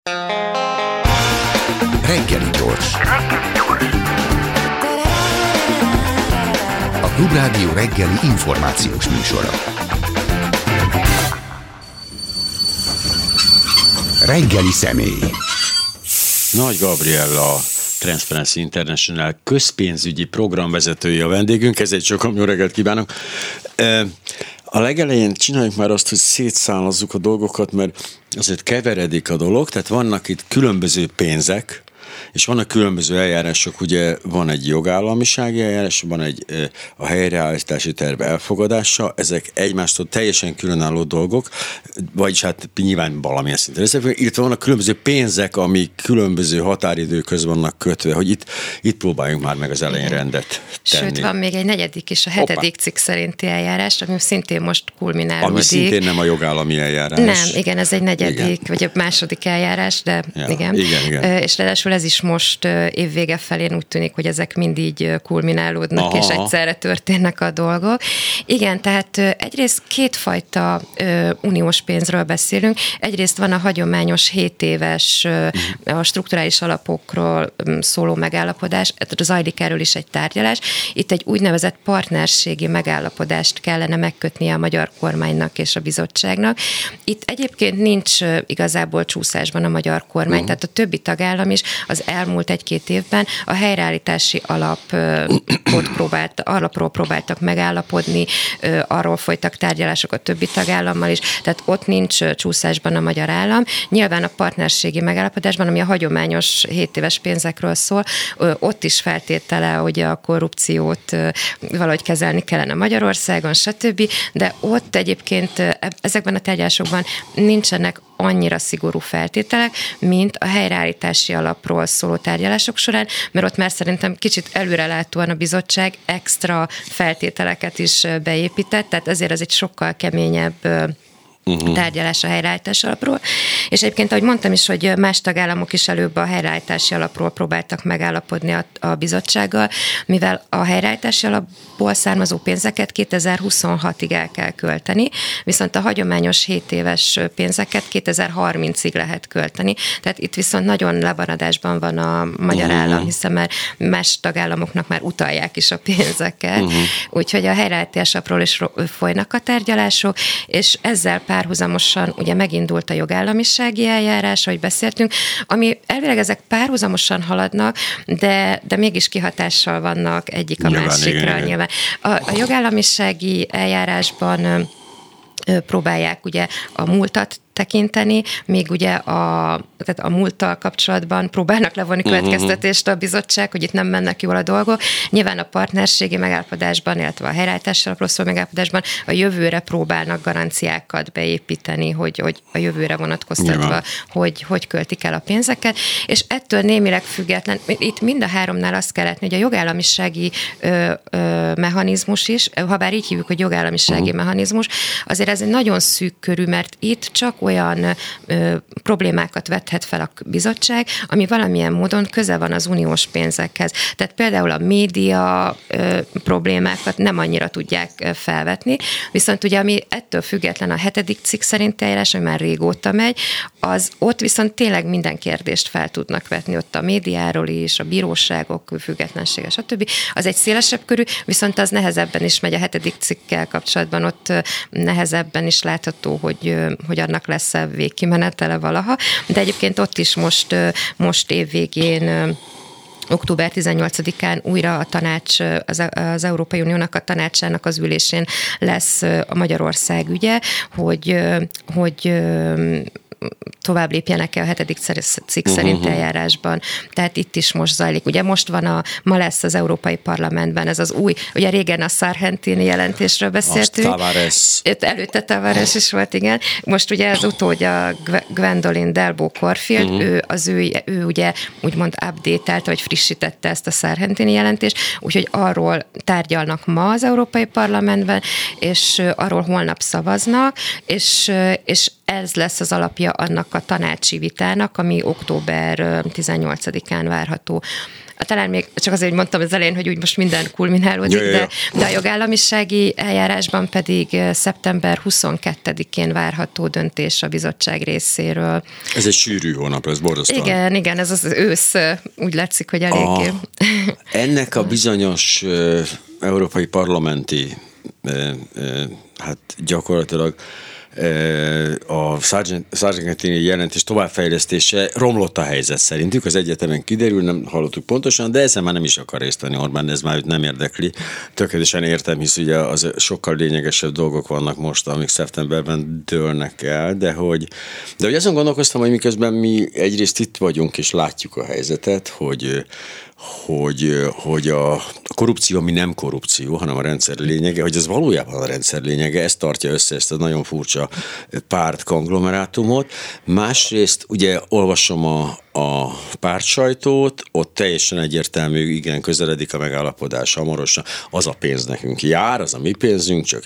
Reggeli gyors. A Klubrádió reggeli információs műsora. Reggeli személy. Nagy Gabriella, Transparency International közpénzügyi programvezetője a vendégünk, ezért sokan jó reggelt kívánok. A legelején csináljuk már azt, hogy szétszállazzuk a dolgokat, mert azért keveredik a dolog, tehát vannak itt különböző pénzek, és vannak különböző eljárások, ugye van egy jogállamisági eljárás, van egy a helyreállítási terv elfogadása, ezek egymástól teljesen különálló dolgok, vagyis hát nyilván valamilyen szinten. Illetve vannak különböző pénzek, amik különböző határidőköz vannak kötve, hogy itt próbáljunk már meg az elején rendet tenni. Sőt, van még egy negyedik és a hetedik cikk szerinti eljárás, ami szintén most kulminálódik. Ami szintén nem a jogállami eljárás. Nem, igen, ez egy negyedik, vagy a második eljárás, de ja, igen. És ráadásul ez is most évvége felén úgy tűnik, hogy ezek mind így kulminálódnak, és egyszerre történnek a dolgok. Igen, tehát egyrészt kétfajta uniós pénzről beszélünk. Egyrészt van a hagyományos 7 éves a strukturális alapokról szóló megállapodás, zajlik erről is egy tárgyalás. Itt egy úgynevezett partnerségi megállapodást kellene megkötnie a magyar kormánynak és a bizottságnak. Itt egyébként nincs igazából csúszásban a magyar kormány, tehát a többi tagállam is az elmúlt 1-2 évben a helyreállítási alapról próbáltak megállapodni, arról folytak tárgyalások a többi tagállammal is, tehát ott nincs csúszásban a magyar állam. Nyilván a partnerségi megállapodásban, ami a hagyományos 7 éves pénzekről szól, ott is feltétele, hogy a korrupciót valahogy kezelni kellene Magyarországon, stb., de ott egyébként ezekben a tárgyalásokban nincsenek annyira szigorú feltételek, mint a helyreállítási alapról szóló tárgyalások során, mert ott már szerintem kicsit előrelátóan a bizottság extra feltételeket is beépített, tehát ezért ez egy sokkal keményebb tárgyalás a helyreállítási alapról. És egyébként, ahogy mondtam is, hogy más tagállamok is előbb a helyreállítási alapról próbáltak megállapodni a bizottsággal, mivel a helyreállítási alapból származó pénzeket 2026-ig el kell költeni, viszont a hagyományos 7 éves pénzeket 2030-ig lehet költeni. Tehát itt viszont nagyon lemaradásban van a magyar állam, hiszen már más tagállamoknak már utalják is a pénzeket. Úgyhogy a helyreállítási alapról is folynak a tárgyalások, és ezzel párhuzamosan ugye megindult a jogállamisági eljárás, ahogy beszéltünk, ami elvileg ezek párhuzamosan haladnak, de mégis kihatással vannak egyik a másikra nyilván. A jogállamisági eljárásban próbálják ugye a múltat tekinteni, még ugye tehát a múlttal kapcsolatban próbálnak levonni következtetést a bizottság, hogy itt nem mennek jól a dolgok. Nyilván a partnerségi megállapodásban, illetve a helyreállítási alapról szóló megállapodásban a jövőre próbálnak garanciákat beépíteni, hogy a jövőre vonatkoztatva, hogy költik el a pénzeket, és ettől némileg független, itt mind a háromnál azt kell látni, hogy a jogállamisági mechanizmus is, ha bár így hívjuk, hogy jogállamisági mechanizmus, azért ez egy nagyon szűk körű, mert itt csak olyan problémákat vethet fel a bizottság, ami valamilyen módon köze van az uniós pénzekhez. Tehát például a média problémákat nem annyira tudják felvetni, viszont ugye ami ettől független a 7. cikk szerinti eljárás, ami már régóta megy, az ott viszont tényleg minden kérdést fel tudnak vetni, ott a médiáról is, a bíróságok függetlensége, stb. Az egy szélesebb körű, viszont az nehezebben is megy a 7. cikkkel kapcsolatban, ott nehezebben is látható, hogy annak lesz-e végkimenetele valaha, de egyébként ott is most évvégén október 18-án újra a tanács, az Európai Uniónak a tanácsának az ülésén lesz a Magyarország ügye, hogy tovább lépjenek-e a 7. cikk szerint eljárásban. Tehát itt is most zajlik. Ugye ma lesz az Európai Parlamentben ez az új, ugye régen a Sargentini jelentésről beszéltünk. Előtte Tavares is volt, igen. Most ugye az utódja Gwendolyn Delbo Corfield, ő ugye úgymond update-elte, vagy frissítette ezt a Sargentini jelentést, úgyhogy arról tárgyalnak ma az Európai Parlamentben, és arról holnap szavaznak, és ez lesz az alapja annak a tanácsi vitának, ami október 18-án várható. Talán még csak azért, hogy mondtam az elején, hogy úgy most minden kulminálódik, de a jogállamisági eljárásban pedig szeptember 22-én várható döntés a bizottság részéről. Ez egy sűrű hónap, ez borzasztóan. Igen, ez az ősz, úgy látszik, hogy eléggé. Ennek a bizonyos európai parlamenti, hát gyakorlatilag a Sargentini jelentés továbbfejlesztése romlott a helyzet szerintük, az egyetemen kiderül, nem hallottuk pontosan, de ezzel már nem is akar részt venni Orbán, ez már őt nem érdekli. Tökéletesen értem, hisz ugye az sokkal lényegesebb dolgok vannak most, amik szeptemberben dőlnek el, de hogy azon gondolkoztam, hogy miközben mi egyrészt itt vagyunk és látjuk a helyzetet, hogy a korrupció, ami nem korrupció, hanem a rendszer lényege, hogy ez valójában a rendszer lényege, ez tartja össze ezt a nagyon furcsa párt konglomerátumot. Másrészt ugye olvasom a pártsajtót, ott teljesen egyértelmű, igen, közeledik a megállapodás hamarosan, az a pénz nekünk jár, az a mi pénzünk, csak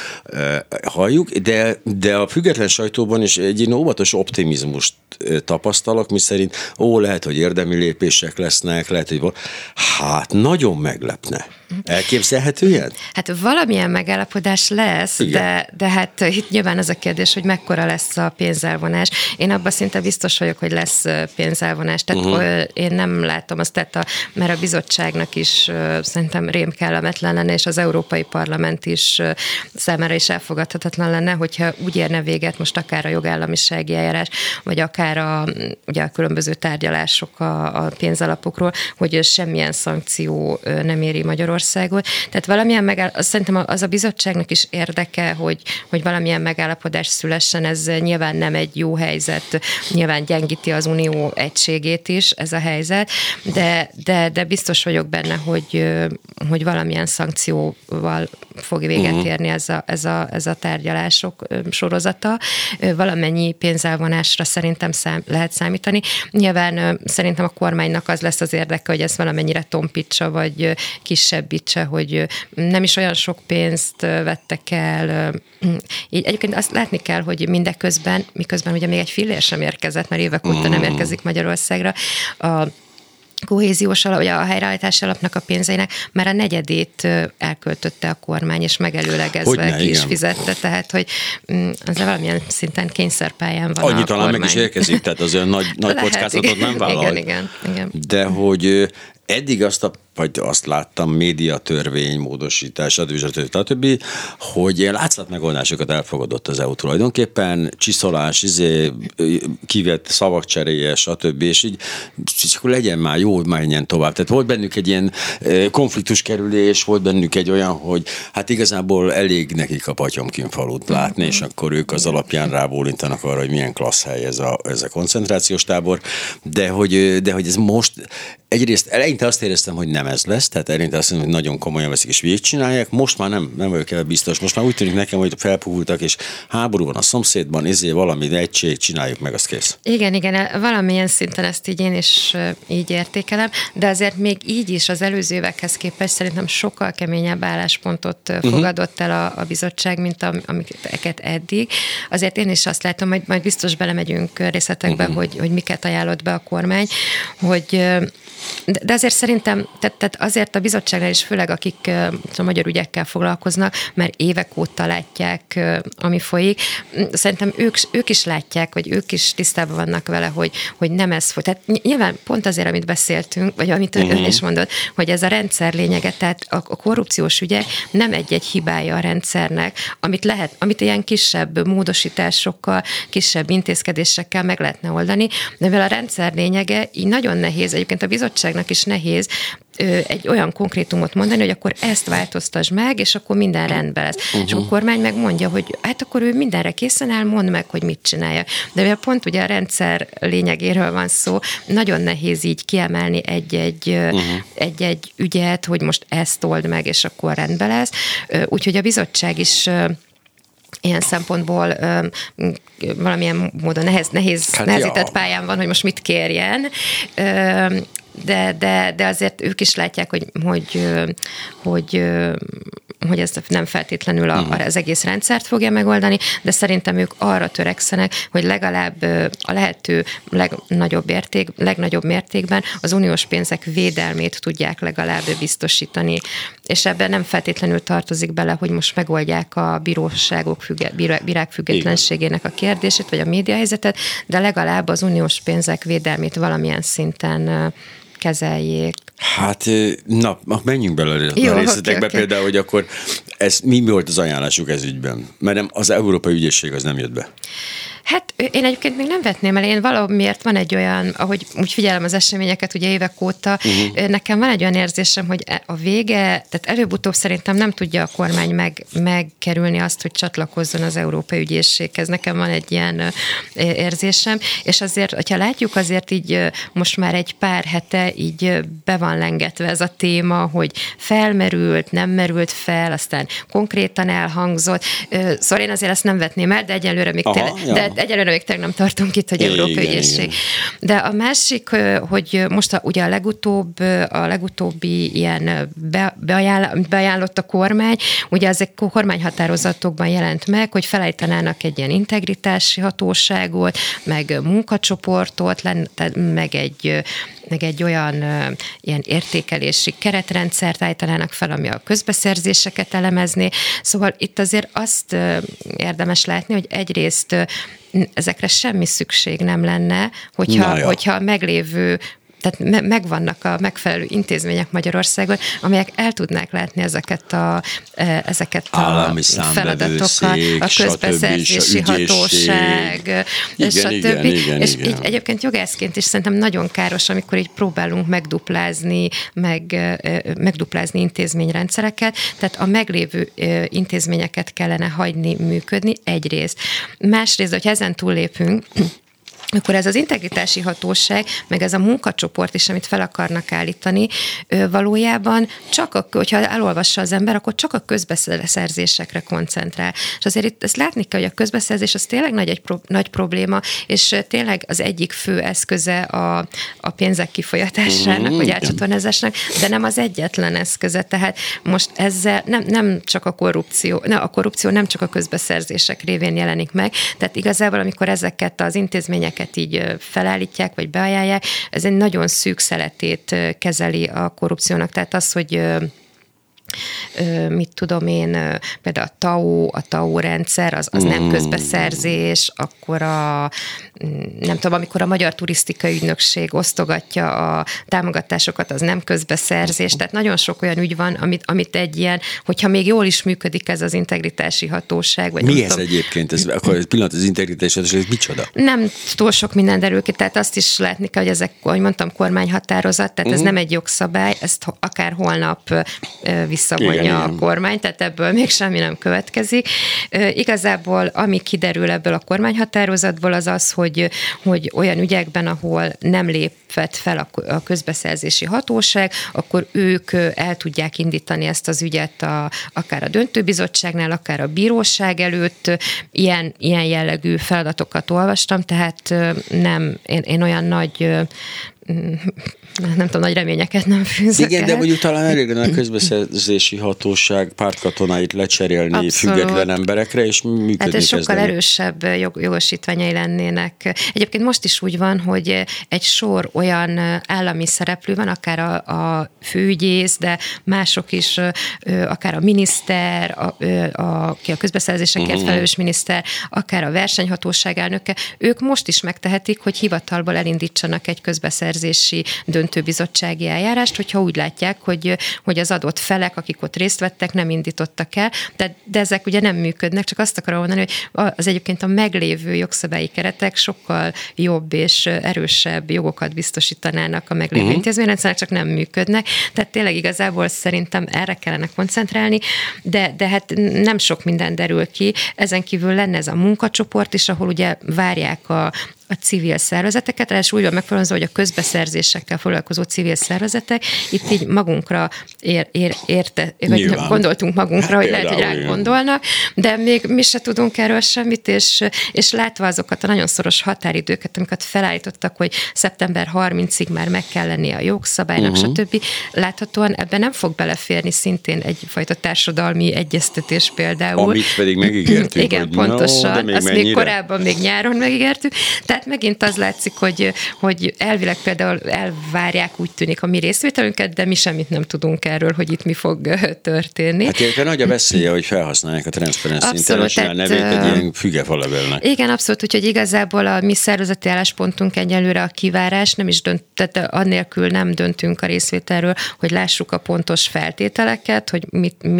halljuk, de a független sajtóban is egy óvatos optimizmust tapasztalok, miszerint lehet, hogy érdemi lépések lesznek, lehet, hogy hát nagyon meglepne. Elképzelhető ilyen? Hát valamilyen megállapodás lesz, de hát itt nyilván az a kérdés, hogy mekkora lesz a pénzelvonás. Én abban szinte biztos vagyok, hogy lesz pénzelvonás. Tehát én nem látom azt, mert a bizottságnak is szerintem rém kellemetlen lenne, és az Európai Parlament is számára is elfogadhatatlan lenne, hogyha úgy érne véget most akár a jogállamisági eljárás, vagy akár ugye a különböző tárgyalások a pénzalapokról, hogy semmilyen szankció nem éri Magyarországot. Tehát valamilyen szerintem az a bizottságnak is érdeke, hogy valamilyen megállapodás szülessen, ez nyilván nem egy jó helyzet, nyilván gyengíti az unió egységét is ez a helyzet, de biztos vagyok benne, hogy valamilyen szankcióval fog véget érni ez a tárgyalások sorozata. Valamennyi pénzelvonásra szerintem lehet számítani. Nyilván szerintem a kormánynak az lesz az érdeke, hogy ezt valamennyire tompítsa, vagy kisebbítse, hogy nem is olyan sok pénzt vettek el. Így egyébként azt látni kell, hogy miközben ugye még egy fillér sem érkezett, mert évek óta nem érkezik Magyarországra, a kohéziós alap, vagy a helyreállítási alapnak a pénzeinek már a negyedét elköltötte a kormány, és megelőlegezve ki is fizette, tehát hogy az valamilyen szinten kényszerpályán van. Annyi talán meg is érkezik, tehát az olyan nagy kockázatot nem vállal. Igen. De hogy eddig azt láttam, médiatörvény, módosítás, stb., hogy ilyen látszatmegoldásokat elfogadott az EU tulajdonképpen, csiszolás, kivett szavak cseréje, stb., és így akkor legyen már jó, menjen tovább. Tehát volt bennük egy ilyen konfliktuskerülés, volt bennük egy olyan, hogy hát igazából elég nekik a Patyomkin falut látni, és akkor ők az alapján rábólintanak arra, hogy milyen klassz hely ez a koncentrációs tábor, de hogy ez most egyrészt eleinte azt éreztem, hogy nem ez lesz, tehát eleinte azt mondom, hogy nagyon komolyan veszik és végigcsinálják, most már nem vagyok el biztos, most már úgy tűnik nekem, hogy felpuhultak, és háború van a szomszédban, valami egység, csináljuk meg, azt kész. Igen, valamilyen szinten ezt így én is így értékelem, de azért még így is az előző évekhez képest szerintem sokkal keményebb álláspontot fogadott el a bizottság, mint amiket eddig. Azért én is azt látom, hogy majd biztos belemegyünk részletekbe, hogy miket ajánlott be a kormány, de azért szerintem, tehát azért a bizottságnál is, főleg akik a magyar ügyekkel foglalkoznak, mert évek óta látják, ami folyik. Szerintem ők is látják, vagy ők is tisztában vannak vele, hogy nem ez folyik. Tehát nyilván pont azért, amit beszéltünk, vagy amit ön is mondott, hogy ez a rendszer lényege, tehát a korrupciós ügyek nem egy-egy hibája a rendszernek, amit ilyen kisebb módosításokkal, kisebb intézkedésekkel meg lehetne oldani, de mivel a rendszer lényege így nagyon nehéz, egyébként a bizottságnak is nehéz egy olyan konkrétumot mondani, hogy akkor ezt változtasd meg, és akkor minden rendben lesz. És a kormány megmondja, hogy hát akkor ő mindenre készen áll, mondd meg, hogy mit csinálja. De mivel pont ugye a rendszer lényegéről van szó, nagyon nehéz így kiemelni egy-egy ügyet, hogy most ezt old meg, és akkor rendben lesz. Úgyhogy a bizottság is ilyen szempontból valamilyen módon nehezített pályán van, hogy most mit kérjen, de azért ők is látják, hogy ez nem feltétlenül az egész rendszert fogja megoldani, de szerintem ők arra törekszenek, hogy legalább a lehető legnagyobb mértékben az uniós pénzek védelmét tudják legalább biztosítani. És ebben nem feltétlenül tartozik bele, hogy most megoldják a bíróságok bírák függetlenségének a kérdését, vagy a médiahelyzetet, de legalább az uniós pénzek védelmét valamilyen szinten kezeljék. Hát, menjünk bele a részletekbe, okay. Például, hogy akkor mi volt az ajánlásuk ez ügyben? Mert nem, az Európai Ügyészség az nem jött be. Hát én egyébként még nem vetném el, én valamiért van egy olyan, ahogy úgy figyelem az eseményeket ugye évek óta, nekem van egy olyan érzésem, hogy a vége, tehát előbb-utóbb szerintem nem tudja a kormány megkerülni azt, hogy csatlakozzon az Európai Ügyészséghez. Nekem van egy ilyen érzésem, és azért, hogyha látjuk, azért így most már egy pár hete így be van lengetve ez a téma, hogy felmerült, nem merült fel, aztán konkrétan elhangzott. Szóval én azért ezt nem vetném el, de egyelőre még egyelőre még nem tartunk itt, hogy Európai Ügyészség. De a másik, hogy most ugye a legutóbbi ilyen beajánlott a kormány, ugye ezek kormányhatározatokban jelent meg, hogy felállítanának egy ilyen integritási hatóságot, meg munkacsoportot, meg egy olyan ilyen értékelési keretrendszert állítanának fel, ami a közbeszerzéseket elemezné. Szóval itt azért azt érdemes látni, hogy egyrészt ezekre semmi szükség nem lenne, hogyha a meglévő, tehát megvannak a megfelelő intézmények Magyarországon, amelyek el tudnák látni ezeket a feladatokat, a közbeszerzési hatóság, stb. És így egyébként jogászként is szerintem nagyon káros, amikor így próbálunk megduplázni intézményrendszereket, tehát a meglévő intézményeket kellene hagyni működni egyrészt. Másrészt, hogyha ezen túllépünk, akkor ez az integritási hatóság, meg ez a munkacsoport is, amit fel akarnak állítani, valójában hogyha elolvassa az ember, akkor csak a közbeszerzésekre koncentrál. És azért itt ezt látni kell, hogy a közbeszerzés az tényleg nagy probléma, és tényleg az egyik fő eszköze a pénzek kifolyatásának, vagy átcsatornázásnak, de nem az egyetlen eszköze. Tehát most ezzel nem csak a korrupció nem csak a közbeszerzések révén jelenik meg, tehát igazából, amikor ezeket az intézményeket így felállítják, vagy beajánlják, ez egy nagyon szűk szeletét kezeli a korrupciónak. Tehát az, hogy mit tudom én, például a TAO rendszer, az nem közbeszerzés, akkor nem tudom, amikor a Magyar Turisztikai Ügynökség osztogatja a támogatásokat, az nem közbeszerzés, tehát nagyon sok olyan ügy van, amit egy ilyen, hogyha még jól is működik ez az integritási hatóság. Vagy mi ez egyébként? Akkor egy pillanat, az integritási hatóság, ez micsoda? Nem túl sok minden derül ki, tehát azt is látni kell, hogy ezek, ahogy mondtam, kormányhatározat, tehát ez nem egy jogszabály, ezt akár holnap visszavonja a kormány, tehát ebből még semmi nem következik. Igazából, ami kiderül ebből a kormányhatározatból, az az, hogy olyan ügyekben, ahol nem lépett fel a közbeszerzési hatóság, akkor ők el tudják indítani ezt az ügyet akár a döntőbizottságnál, akár a bíróság előtt. Ilyen jellegű feladatokat olvastam, tehát én olyan nagy nem tudom, nagy reményeket nem fűzök. Igen, de mondjuk talán elég lenne a közbeszerzési hatóság pártkatonáit lecserélni abszolút független emberekre, és működni hát ez sokkal kezdeni. Erősebb jogosítványai lennének. Egyébként most is úgy van, hogy egy sor olyan állami szereplő van, akár a főügyész, de mások is, akár a miniszter, aki a közbeszerzésekért felelős miniszter, akár a versenyhatóság elnöke, ők most is megtehetik, hogy hivatalból elindítsanak egy közbeszerzési döntőbizottsági eljárást, hogyha úgy látják, hogy az adott felek, akik ott részt vettek, nem indítottak el, de ezek ugye nem működnek, csak azt akarom mondani, hogy az egyébként a meglévő jogszabályi keretek sokkal jobb és erősebb jogokat biztosítanának a meglévő intézményrendszernek, csak nem működnek. Tehát tényleg igazából szerintem erre kellene koncentrálni, de hát nem sok minden derül ki. Ezen kívül lenne ez a munkacsoport is, ahol ugye várják a civil szervezeteket, és úgy van megfogalmazva, hogy a közbeszerzésekkel foglalkozó civil szervezetek, itt így magunkra gondoltunk magunkra, hogy lehet, hogy ránk gondolnak, de még mi se tudunk erről semmit, és látva azokat a nagyon szoros határidőket, amiket felállítottak, hogy szeptember 30-ig már meg kell lennie a jogszabálynak, stb. Láthatóan ebben nem fog beleférni szintén egyfajta társadalmi egyeztetés például. Amit pedig megígértünk. Igen, pontosan. No, azt még korábban, még nyáron megígértük. Tehát megint az látszik, hogy elvileg például elvárják, úgy tűnik, a mi részvételünket, de mi semmit nem tudunk erről, hogy itt mi fog történni. Hát illetve nagy a veszélye, hogy felhasználják a Transparency International nevét egy ilyen fügefalebelnek. Igen, abszolút, úgyhogy igazából a mi szervezeti álláspontunk egyelőre a kivárás, nem is tehát annélkül nem döntünk a részvételről, hogy lássuk a pontos feltételeket, hogy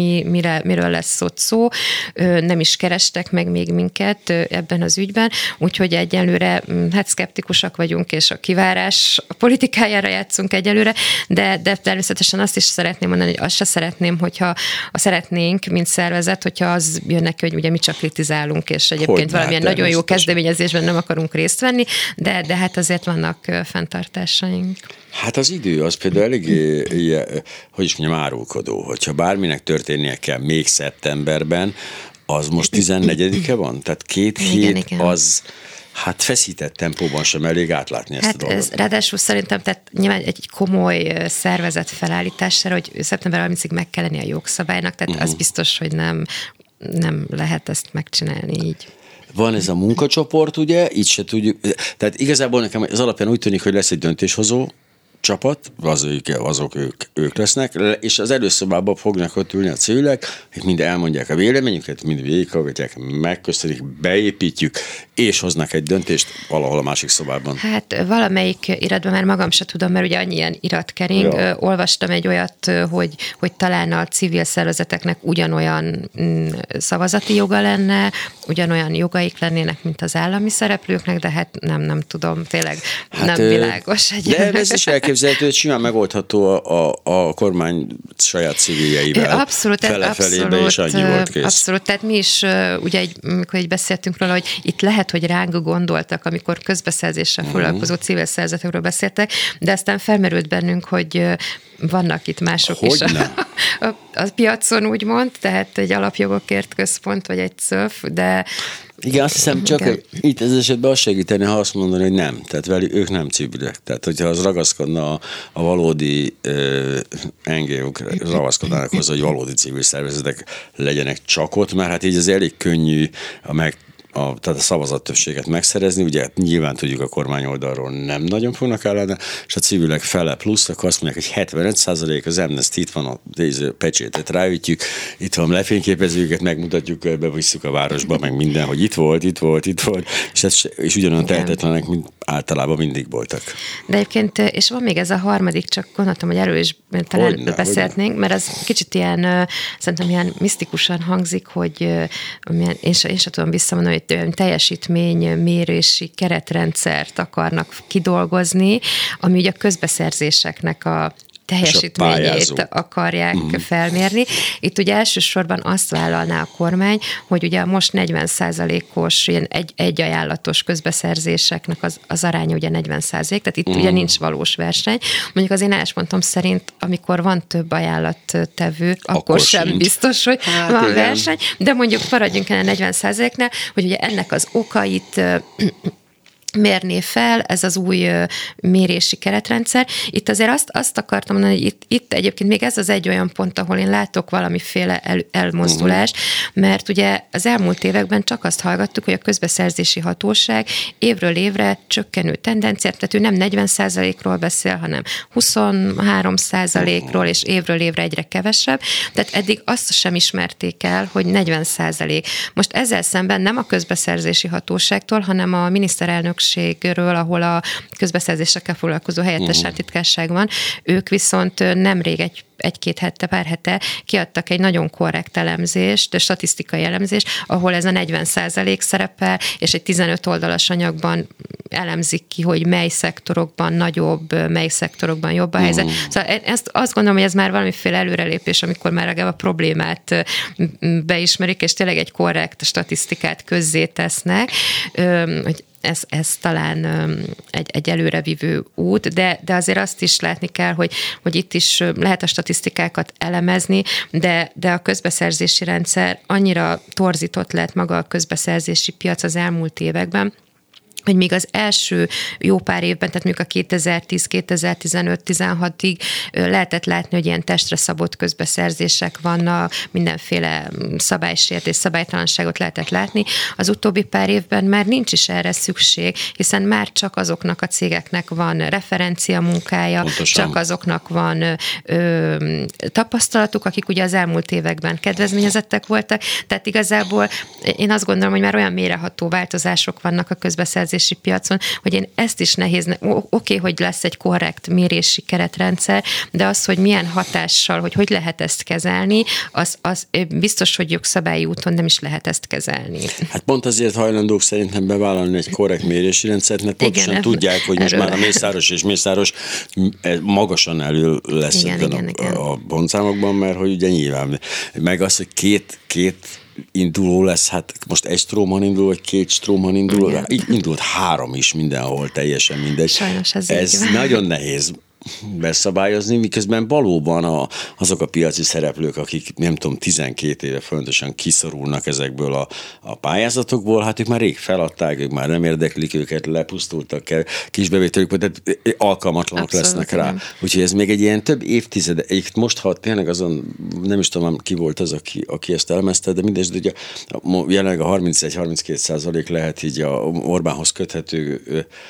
miről lesz ott szó. Nem is kerestek meg még minket ebben az ügyben, úgyhogy egyelőre hát szkeptikusak vagyunk, és a kivárás a politikájára játszunk egyelőre, de természetesen azt is szeretném mondani, hogy azt se szeretném, hogyha szeretnénk, mint szervezet, hogyha az jön neki, hogy ugye mi csak kritizálunk, és egyébként valamilyen nagyon jó kezdeményezésben nem akarunk részt venni, de hát azért vannak fenntartásaink. Hát az idő az például eléggé, hogy is mondjam, árulkodó, hogyha bárminek történnie kell még szeptemberben, az most 14-e van? Tehát 2 hét igen. Az hát feszített tempóban sem elég átlátni ezt a dolgot. Ez, ráadásul szerintem tehát nyilván egy komoly szervezet felállítására, hogy szeptember 30-ig meg kell lenni a jogszabálynak, tehát az biztos, hogy nem lehet ezt megcsinálni így. Van ez a munkacsoport, ugye, így se tudjuk, tehát igazából nekem az alapján úgy tűnik, hogy lesz egy döntéshozó csapat, azok ők lesznek, és az előszobában fognak ott ülni a civilek, hogy mind elmondják a véleményüket, mind végighallgatják, megköszönik, beépítjük, és hoznak egy döntést valahol a másik szobában. Hát valamelyik iratban már magam se tudom, mert ugye annyi ilyen irat kering. Ja. Olvastam egy olyat, hogy talán a civil szervezeteknek ugyanolyan szavazati joga lenne, ugyanolyan jogaik lennének, mint az állami szereplőknek, de hát nem tudom, tényleg nem világos. De ez is elképzelhető, hogy simán megoldható a kormány saját civiljeivel. Abszolút, és annyi volt kész. Abszolút, tehát mi is, ugye, amikor így beszéltünk róla, hogy itt lehet, hogy ránk gondoltak, amikor közbeszerzéssel foglalkozó civil szervezetekről beszéltek, de aztán felmerült bennünk, hogy vannak itt mások is a piacon, úgymond, tehát egy alapjogokért központ, vagy egy CÖF, de igen, azt hiszem csak itt ez esetben azt segíteni, ha azt mondani, hogy nem. Tehát ők nem civilek. Tehát, hogyha az ragaszkodna a valódi NGO-k ragaszkodnának hozzá, hogy valódi civil szervezetek legyenek csak ott, mert hát így az elég könnyű tehát a szavazattöbbséget megszerezni, ugye nyilván tudjuk, a kormány oldalról nem nagyon fognak állni, és a civilek fele plusz, akkor azt mondják, hogy 75% az Amnesty, itt van a pecsétet ráütjük, itt van, lefényképezzük őket, megmutatjuk, bevisszük a városba, meg minden, hogy itt volt, és ugyanolyan tehetetlenek, mint általában mindig voltak. De egyébként, és van még ez a harmadik, csak gondoltam, hogy erről is talán beszélhetnénk, mert az kicsit ilyen, szerintem ilyen misztikusan hangzik, hogy én sem tudom visszamondani, hogy teljesítménymérési keretrendszert akarnak kidolgozni, ami ugye a közbeszerzéseknek a teljesítményét akarják felmérni. Itt ugye elsősorban azt vállalná a kormány, hogy ugye most 40%-os ilyen egy ajánlatos közbeszerzéseknek az aránya ugye 40%, tehát itt ugye nincs valós verseny. Mondjuk az én álláspontom szerint, amikor van több ajánlattevő, akkor sem biztos, hogy van verseny, de mondjuk maradjunk el a 40%-nál, hogy ugye ennek az okait mérné fel, ez az új mérési keretrendszer. Itt azért azt akartam mondani, hogy itt egyébként még ez az egy olyan pont, ahol én látok valamiféle elmozdulást, mert ugye az elmúlt években csak azt hallgattuk, hogy a közbeszerzési hatóság évről évre csökkenő tendenciát, tehát ő nem 40%-ról beszél, hanem 23%-ról, és évről évre egyre kevesebb. Tehát eddig azt sem ismerték el, hogy 40%. Most ezzel szemben nem a közbeszerzési hatóságtól, hanem a miniszterelnökségről, ahol a közbeszerzésekkel foglalkozó helyettes államtitkárság van, ők viszont nemrég pár hete kiadtak egy nagyon korrekt elemzést, statisztikai elemzést, ahol ez a 40% szerepel, és egy 15 oldalas anyagban elemzik ki, hogy mely szektorokban nagyobb, mely szektorokban jobb a helyzet. Szóval azt gondolom, hogy ez már valamiféle előrelépés, amikor már legalább a problémát beismerik, és tényleg egy korrekt statisztikát közzétesznek, hogy ez talán egy előrevívő út, de azért azt is látni kell, hogy itt is lehet a statisztikákat elemezni, de a közbeszerzési rendszer annyira torzított lett maga a közbeszerzési piac az elmúlt években, hogy még az első jó pár évben, tehát mondjuk a 2010, 2015, 16-ig lehetett látni, hogy ilyen testre szabott közbeszerzések vannak, mindenféle szabálysértés, szabálytalanságot lehetett látni. Az utóbbi pár évben már nincs is erre szükség, hiszen már csak azoknak a cégeknek van referencia munkája, pontosan. Csak azoknak van tapasztalatuk, akik ugye az elmúlt években kedvezményezettek voltak, tehát igazából én azt gondolom, hogy már olyan mélyreható változások vannak a közbeszerzési piacon, hogy én ezt is nehéz, oké, hogy lesz egy korrekt mérési keretrendszer, de az, hogy milyen hatással, hogy lehet ezt kezelni, az biztos, hogy jogszabályi úton nem is lehet ezt kezelni. Hát pont azért hajlandók szerintem bevállalni egy korrekt mérési rendszert, mert pontosan tudják, hogy most már a Mészáros és Mészáros magasan elő lesz ebben a pontszámokban, mert hogy ugye nyilván, meg az, hogy két induló lesz, hát most egy Stroman indul, vagy két Stroman indul, így indult 3 is mindenhol, teljesen mindegy. Sajnos ez nagyon nehéz beszabályozni, miközben valóban azok a piaci szereplők, akik nem tudom, 12 éve fontosan kiszorulnak ezekből a pályázatokból, hát ők már rég feladták, ők már nem érdeklik őket, lepusztultak, kisbevételük, tehát alkalmatlanok abszolút lesznek rá. Úgyhogy ez még egy ilyen több évtizede, most ha tényleg azon, nem is tudom, ki volt az, aki ezt elemezte, de mindegy, de ugye jelenleg a 31-32% lehet így a Orbánhoz köthető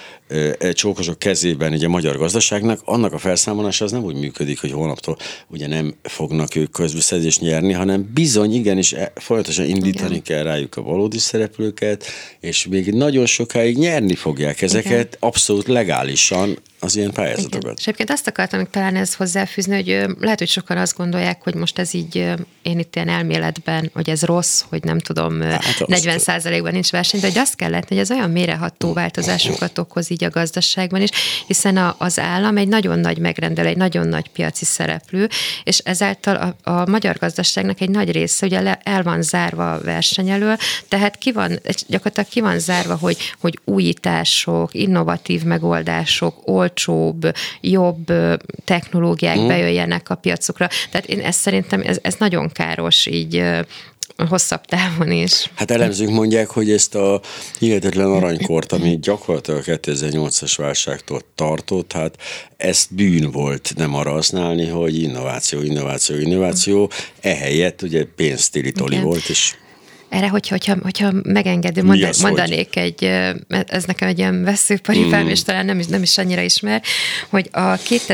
csókosok kezében ugye a magyar gazdaságnak, annak a felszámolása az nem úgy működik, hogy holnaptól ugye nem fognak ők közbeszerzést nyerni, hanem bizony igenis folyamatosan indítani kell rájuk a valódi szereplőket, és még nagyon sokáig nyerni fogják ezeket abszolút legálisan az ilyen pályázatokat. És egyébként azt akartam még talán ezt hozzáfűzni, hogy lehet, hogy sokan azt gondolják, hogy most ez így, én itt ilyen elméletben, hogy ez rossz, hogy nem tudom, 40%-ban nincs verseny, de hogy azt kell látni, hogy ez olyan mélyreható változásokat okoz így a gazdaságban is, hiszen az állam egy nagyon nagy megrendelő, egy nagyon nagy piaci szereplő, és ezáltal a magyar gazdaságnak egy nagy része ugye el van zárva a verseny elől, tehát gyakorlatilag ki van zárva, hogy újítások, innovatív megoldások, olcsóbb, jobb technológiák bejöjjenek a piacokra. Tehát én ezt szerintem, ez nagyon káros így hosszabb távon is. Hát elemzők mondják, hogy ezt a hihetetlen aranykort, ami gyakorlatilag a 2008-as válságtól tartott, hát ezt bűn volt nem arra használni, hogy innováció, ehelyett ugye pénztili-toli volt, és erre, hogyha megengedő, mondanék ez nekem egy ilyen veszőparipám, és talán nem is annyira ismer, hogy a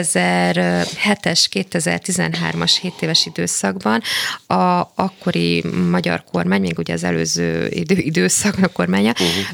2007-es, 2013-as 7 éves időszakban a akkori magyar kormány, még ugye az előző időszaknak kormánya,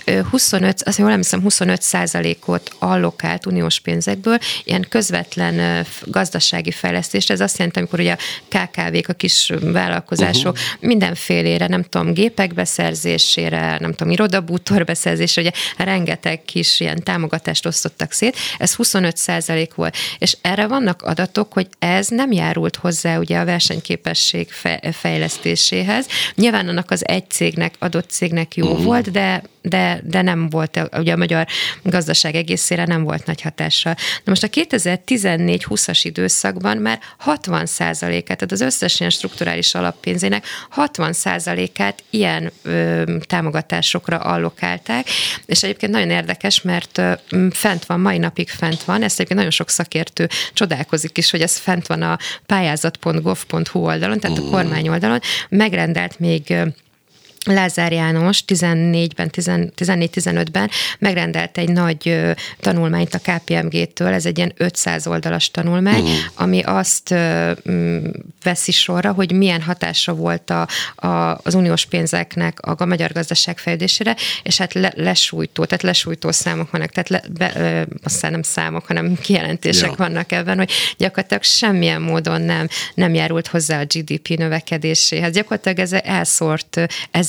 25%-ot allokált uniós pénzekből ilyen közvetlen gazdasági fejlesztésre. Ez azt jelenti, amikor ugye a KKV-k, a kis vállalkozások mindenfélére, nem tudom, gépek beszerzésére, nem tudom, irodabútor beszerzésére, ugye rengeteg kis ilyen támogatást osztottak szét, ez 25% volt. És erre vannak adatok, hogy ez nem járult hozzá ugye a versenyképesség fejlesztéséhez. Nyilván annak az adott cégnek jó volt, de nem volt, ugye a magyar gazdaság egészére nem volt nagy hatással. Na most a 2014-20-as időszakban már 60%-át, tehát az összes ilyen strukturális alappénzének 60%-át ilyen támogatásokra allokálták, és egyébként nagyon érdekes, mert mai napig fent van, ezt egyébként nagyon sok szakértő csodálkozik is, hogy ez fent van a pályázat.gov.hu oldalon, tehát a kormány oldalon, megrendelt még Lázár János 14-15-ben megrendelt egy nagy tanulmányt a KPMG-től, ez egy ilyen 500 oldalas tanulmány, ami azt veszi sorra, hogy milyen hatása volt az uniós pénzeknek a magyar gazdaság fejlődésére, és hát lesújtó számok vannak, tehát aztán nem számok, hanem kijelentések vannak ebben, hogy gyakorlatilag semmilyen módon nem járult hozzá a GDP növekedéséhez. Gyakorlatilag ez elszórt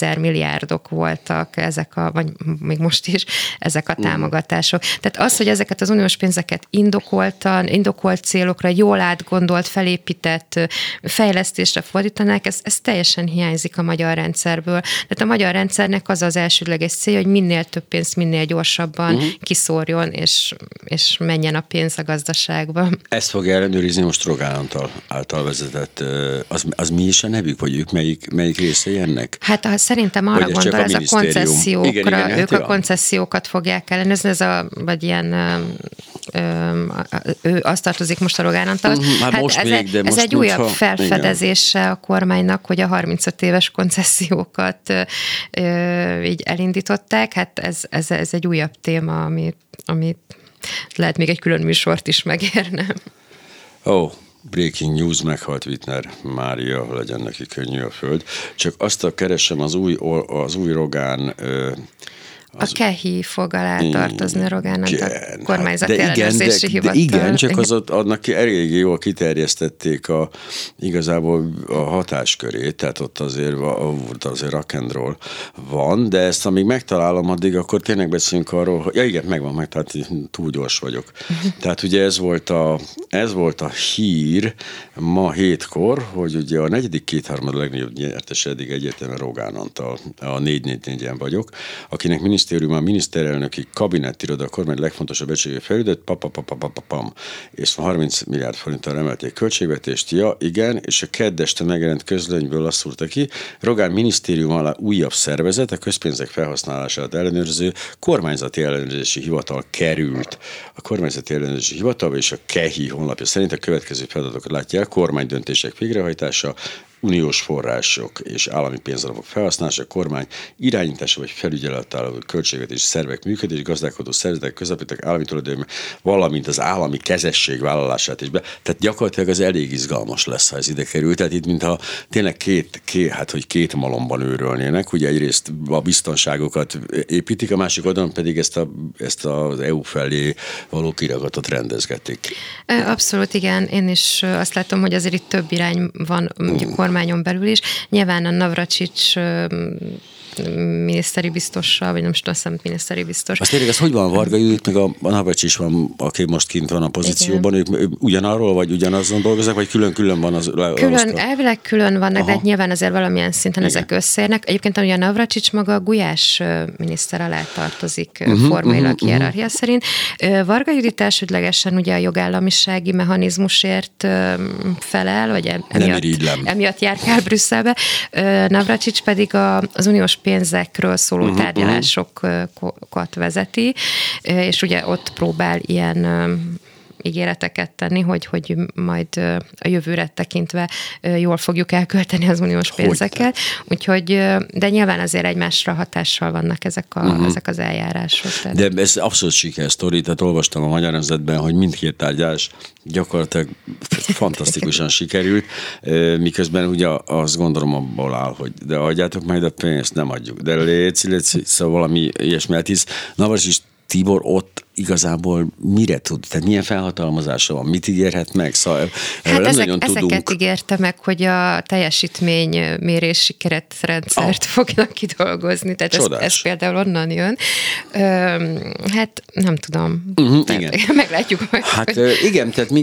1000 milliárdok voltak vagy még most is ezek a támogatások. Tehát az, hogy ezeket az uniós pénzeket indokolt célokra, jól átgondolt, felépített fejlesztésre fordítanák, ez teljesen hiányzik a magyar rendszerből. Tehát a magyar rendszernek az az elsődleges célja, hogy minél több pénzt minél gyorsabban kiszórjon, és menjen a pénz a gazdaságba. Ezt fogja ellenőrizni most Rogán által vezetett, az mi is a nevük, vagy ők melyik részei ennek? Hát szerintem arra gondol, ez a koncesziókra, igen, ők a koncesziókat fogják ellenőrizni, vagy ilyen ő azt tartozik most a Rogán Antal. Ez egy újabb felfedezése a kormánynak, hogy a 35 éves koncesziókat így elindították. Hát ez egy újabb téma, amit lehet még egy külön műsort is megérne. Breaking news, meghalt Wittner Mária, legyen neki könnyű a föld. Csak azt keresem az új Rogán... A KEHI fog alá tartozni a Rogán Antal kormányzati ellenőrzési hivatal. Igen, csak annak elég jól kiterjesztették igazából a hatáskörét, tehát ott azért rock and roll van, de ezt amíg megtalálom addig, akkor tényleg beszélünk arról, hogy igen, megvan, tehát túl gyors vagyok. Tehát ugye ez volt a hír ma 7-kor, hogy ugye a negyedik kétharmad legnagyobb nyertes eddig egyértelműen Rogán Antal, a 444-en vagyok, akinek a miniszterelnöki kabinettiroda, a kormány legfontosabb egységé fejlődött, és 30 milliárd forinttal emelték költségvetést, igen, és a kedd este megjelent közlönyből azt szúrta ki, Rogán minisztérium alá újabb szervezet, a közpénzek felhasználását ellenőrző kormányzati ellenőrzési hivatal került. A kormányzati ellenőrzési hivatal és a KEHI honlapja szerint a következő feladatokat látja el: kormánydöntések végrehajtása, uniós források és állami pénzalapok felhasználása, kormány irányítása vagy felügyelet álló költségvetési szervek működés, gazdálkodó szervezetek, közalapítottak, állami tulajdonban, valamint az állami kezesség vállalását is be. Tehát gyakorlatilag az elég izgalmas lesz, ha ez ide kerül. Tehát itt mintha tényleg két malomban őrölnének. Ugye egyrészt a biztonságokat építik, a másik oldalon pedig ezt az EU felé való kiragatot rendezgetik. Abszolút, igen. Én is azt látom, hogy azért itt több irány van kormányon belül is. Nyilván a Navracsics miniszteri biztossal, vagy nem tudom, azt hiszem miniszteri biztos. Azt tényleg, hogy van Varga Judit, meg a Navracsics van, aki most kint van a pozícióban, ők ugyanarról, vagy ugyanazon dolgoznak, vagy külön-külön van az... Elvileg külön vannak, de nyilván azért valamilyen szinten ezek összeérnek. Egyébként ugye a Navracsics maga a Gulyás miniszter alá tartozik formailag hierarchia szerint. Varga Judit elsődlegesen ugye a jogállamisági mechanizmusért felel, vagy emiatt járkál Brüsszelbe. Navracsics pedig az uniós pénzekről szóló tárgyalásokat vezeti, és ugye ott próbál ilyen ígéreteket tenni, hogy majd a jövőre tekintve jól fogjuk elkölteni az uniós pénzeket. Úgyhogy, de nyilván azért egymásra hatással vannak ezek az eljárások. De ez abszolút sikersztori, tehát olvastam a Magyar Nemzetben, hogy mindkét tárgyalás gyakorlatilag fantasztikusan sikerült, miközben ugye azt gondolom abból áll, hogy de adjátok majd a pénzt, nem adjuk, de léci, szóval valami ilyesmi, hisz Navracsics Tibor ott igazából mire tud? Tehát milyen felhatalmazása van? Mit ígérhet meg? Szóval ezeket ígérte meg, hogy a teljesítménymérési keretrendszert fognak kidolgozni. Tehát ez például onnan jön. Hát nem tudom. Igen. Meglátjuk majd. Hát igen, tehát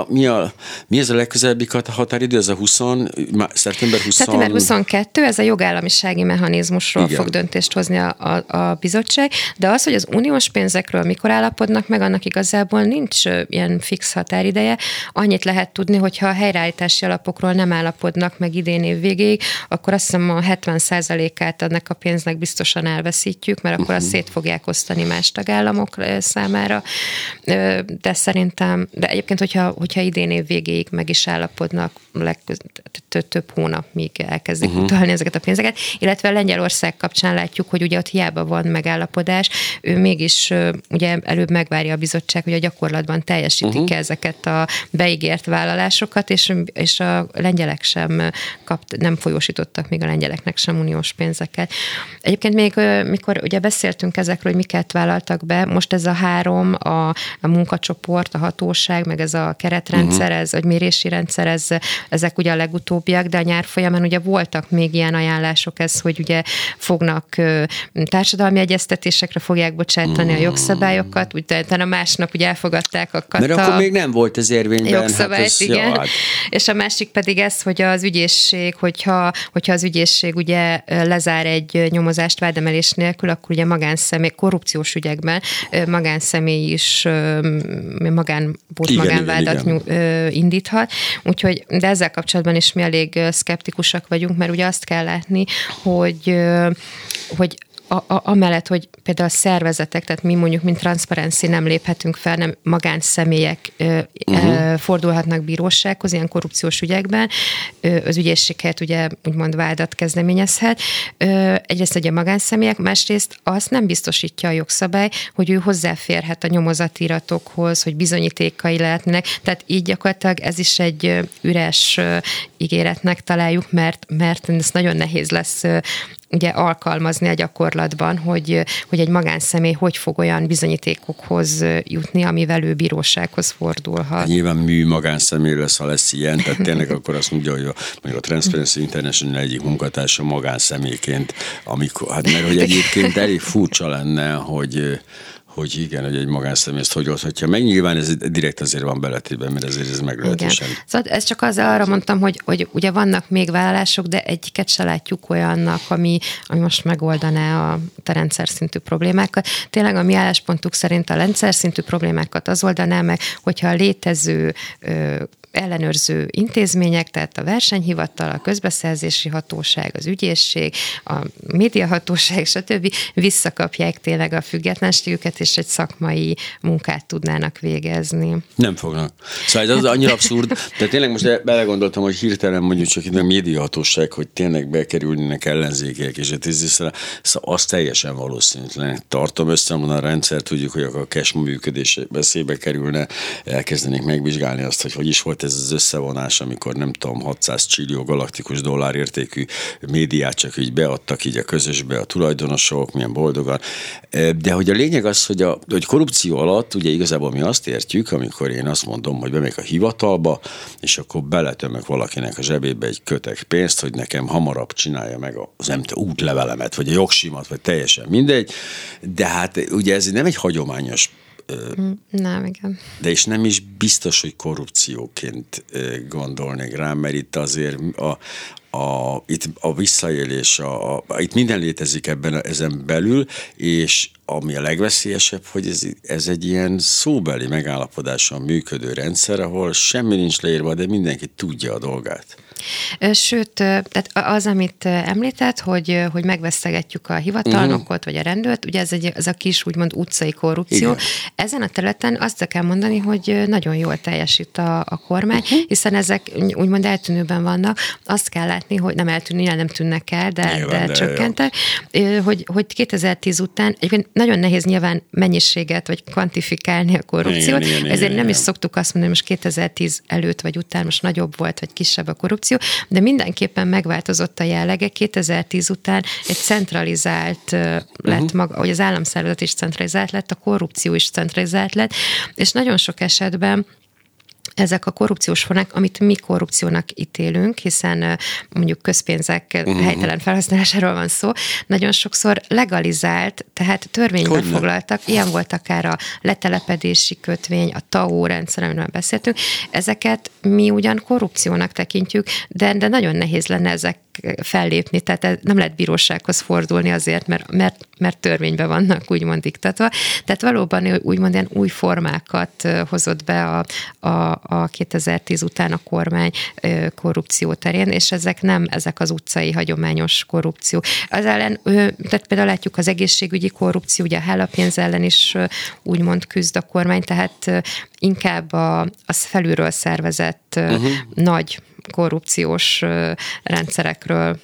mi ez a legközelebbi határidő? Ez a szeptember 20... Szeptember 22, ez a jogállamisági mechanizmusról fog döntést hozni a bizottság, de az, hogy az uniós pénzekről mikor állapodnak meg, annak igazából nincs ilyen fix határideje. Annyit lehet tudni, hogyha a helyreállítási alapokról nem állapodnak meg idén év végéig, akkor azt hiszem a 70%-át ennek a pénznek biztosan elveszítjük, mert akkor azt szét fogják osztani más tagállamok számára. De szerintem, de egyébként, hogyha idén év végéig meg is állapodnak, több hónapig elkezdik utalni ezeket a pénzeket, illetve a Lengyelország kapcsán látjuk, hogy ugye ott hiába van megállapodás, ő mégis ugye előbb megvárja a bizottság, hogy a gyakorlatban teljesítik ezeket a beígért vállalásokat, és a lengyelek sem nem folyósítottak még a lengyeleknek sem uniós pénzeket. Egyébként még mikor ugye beszéltünk ezekről, hogy miket vállaltak be, most ez a 3, a munkacsoport, a hatóság, meg ez a keretrendszer, ez a mérési rendszer, ezek ugye a legutóbbiak, de a nyár folyamán ugye voltak még ilyen ajánlások, hogy ugye fognak társadalmi egyeztetésekre fogják bocsátani a jogszabályokat, utána másnap ugye elfogadták a kata. Mert akkor még nem volt ez érvényben. Jogszabályt, igen. És a másik pedig ez, hogy az ügyészség, hogyha az ügyészség ugye lezár egy nyomozást vádemelés nélkül, akkor ugye magánszemély, korrupciós ügyekben magánszemély is magánvádat indíthat. Úgyhogy, de ezzel kapcsolatban is mi elég szkeptikusak vagyunk, mert ugye azt kell látni, hogy amellett, hogy például a szervezetek, tehát mi mondjuk, mint Transparency nem léphetünk fel, nem magánszemélyek fordulhatnak bírósághoz ilyen korrupciós ügyekben, az ügyészséghez ugye úgymond vádat kezdeményezhet. Egyrészt ugye magánszemélyek, másrészt azt nem biztosítja a jogszabály, hogy ő hozzáférhet a nyomozatiratokhoz, hogy bizonyítékai lehetnek, tehát így gyakorlatilag ez is egy üres ígéretnek találjuk, mert ez nagyon nehéz lesz ugye alkalmazni a gyakorlatban, hogy egy magánszemély hogy fog olyan bizonyítékokhoz jutni, amivel ő bírósághoz fordulhat. Nyilván magánszemély lesz, ha lesz ilyen, tehát tényleg akkor azt mondja, hogy mondjuk a Transparency International egyik munkatársa magánszemélyként, mert hogy egyébként elég furcsa lenne, hogy igen, hogy egy magánszemély ezt hogy oldhatja meg. Nyilván ez direkt azért van beletétben, mert azért ez meglehetősen. Szóval ez csak arra mondtam, hogy ugye vannak még vállalások, de egyiket se látjuk olyannak, ami most megoldaná a rendszer szintű problémákat. Tényleg a mi álláspontunk szerint a rendszer szintű problémákat az oldaná meg, hogyha a létező ellenőrző intézmények, tehát a versenyhivatal, a közbeszerzési hatóság, az ügyészség, a médiahatóság, stb. Visszakapják tényleg a függetlenségüket, és egy szakmai munkát tudnának végezni. Nem fognak. Szóval ez annyira abszurd, de tényleg most belegondoltam, hogy hirtelen mondjuk csak itt a médiahatóság, hogy tényleg bekerülnének ellenzékiek, és szóval azt teljesen valószínűtlen tartom összemon a rendszer, tudjuk, hogy a cash működés veszélybe kerülne, elkezdenék megvizsgálni azt, hogy is volt ez az összevonás, amikor nem tudom, 600 csillió galaktikus dollár értékű médiát csak így beadtak így a közösbe a tulajdonosok, milyen boldogan. De hogy a lényeg az, hogy korrupció alatt ugye igazából mi azt értjük, amikor én azt mondom, hogy bemegyek a hivatalba, és akkor beletömök valakinek a zsebébe egy kötek pénzt, hogy nekem hamarabb csinálja meg az útlevelemet, vagy a jogsimat, vagy teljesen mindegy. De hát ugye ez nem egy hagyományos nem, igen. De és nem is biztos, hogy korrupcióként gondolnék rá, mert itt azért itt a visszaélés, itt minden létezik ezen belül, és ami a legveszélyesebb, hogy ez egy ilyen szóbeli megállapodáson működő rendszer, ahol semmi nincs leírva, de mindenki tudja a dolgát. Sőt, tehát az, amit említett, hogy megvesztegetjük a hivatalnokot, vagy a rendőrt, ugye ez a kis úgymond utcai korrupció. Igen. Ezen a területen azt kell mondani, hogy nagyon jól teljesít a kormány, hiszen ezek úgymond eltűnőben vannak. Azt kell látni, hogy nem eltűnni, nem tűnnek el, de csökkentek, hogy 2010 után egyébként nagyon nehéz nyilván mennyiséget, vagy kvantifikálni a korrupciót, ezért nem is szoktuk azt mondani, hogy most 2010 előtt vagy után most nagyobb volt, vagy kisebb a korrupció, de mindenképpen megváltozott a jellege. 2010 után egy centralizált lett maga, hogy az államszervezet is centralizált lett, a korrupció is centralizált lett, és nagyon sok esetben ezek a korrupciós formák, amit mi korrupciónak ítélünk, hiszen mondjuk közpénzek helytelen felhasználásáról van szó, nagyon sokszor legalizált, tehát törvényben foglaltak, ilyen volt akár a letelepedési kötvény, a TAO rendszer, amiről beszéltünk, ezeket mi ugyan korrupciónak tekintjük, de nagyon nehéz lenne ezek fellépni, tehát nem lehet bírósághoz fordulni azért, mert törvényben vannak úgymond diktatva. Tehát valóban úgymond ilyen új formákat hozott be a 2010 után a kormány korrupció terén, és ezek nem ezek az utcai hagyományos korrupció. Az ellen, tehát például látjuk az egészségügyi korrupció, ugye a hálapénz ellen is úgymond küzd a kormány, tehát inkább az felülről szervezett nagy korrupciós rendszerekről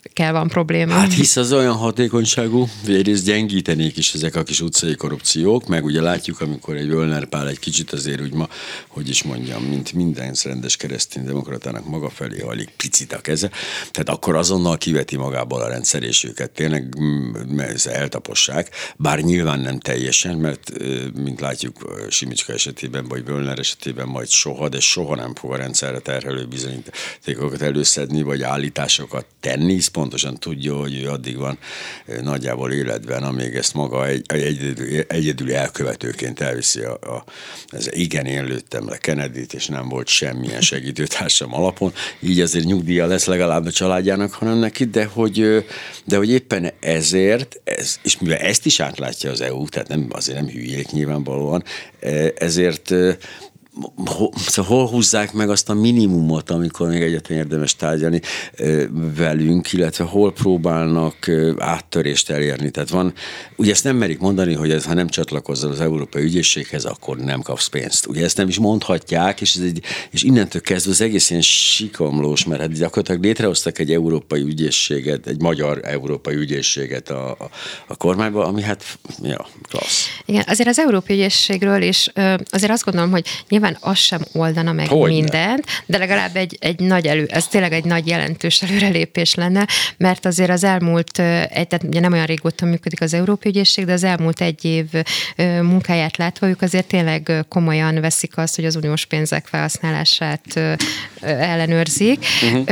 van probléma. Hát hisz az olyan hatékonyságú, hogy egyrészt gyengítenék is ezek a kis utcai korrupciók, meg ugye látjuk, amikor egy Völner Pál egy kicsit azért úgy ma, hogy is mondjam, mint minden rendes kereszténydemokratának maga felé alig picit a keze, tehát akkor azonnal kiveti magából a rendszer, és őket tényleg eltapossák, bár nyilván nem teljesen, mert mint látjuk Simicska esetében, vagy Völner esetében majd soha, de soha nem fog a rendszerre terhelő bizonyítékokat előszedni, vagy állításokat tenni, hisz pontosan tudja, hogy ő addig van nagyjából életben, amíg ezt maga egyedül elkövetőként elviszi ez igen, én lőttem le Kennedyt, és nem volt semmilyen segítőtársam alapon, így azért nyugdíja lesz legalább a családjának, hanem neki, de hogy éppen ezért, és mivel ezt is átlátja az EU, tehát azért nem hülyék nyilvánvalóan, ezért hol húzzák meg azt a minimumot, amikor még egyáltalán érdemes tárgyalni velünk, illetve hol próbálnak áttörést elérni. Tehát van, ugye ezt nem merik mondani, hogy ha nem csatlakozzal az Európai Ügyészséghez, akkor nem kapsz pénzt. Ugye ezt nem is mondhatják, és innentől kezdve az egész ilyen sikamlós, mert hát gyakorlatilag létrehoztak egy európai ügyészséget, egy magyar európai ügyészséget a kormányban, ami hát, klassz. Igen, azért az Európai Ügyészségről is azért azt gondolom, hogy nyilván az sem oldana meg mindent, de legalább egy nagy ez tényleg egy nagy jelentős előrelépés lenne, mert azért az elmúlt, tehát ugye nem olyan régóta működik az Európai Ügyészség, de az elmúlt egy év munkáját látva, ők azért tényleg komolyan veszik azt, hogy az uniós pénzek felhasználását ellenőrzik,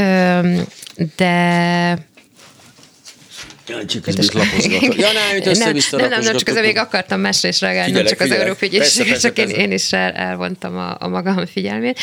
de Csak ez lapozgatok. Nem, csak azért még akartam másra is reagálni, nem csak az Európai Ügyészségre, csak én is elvontam a magam figyelmét.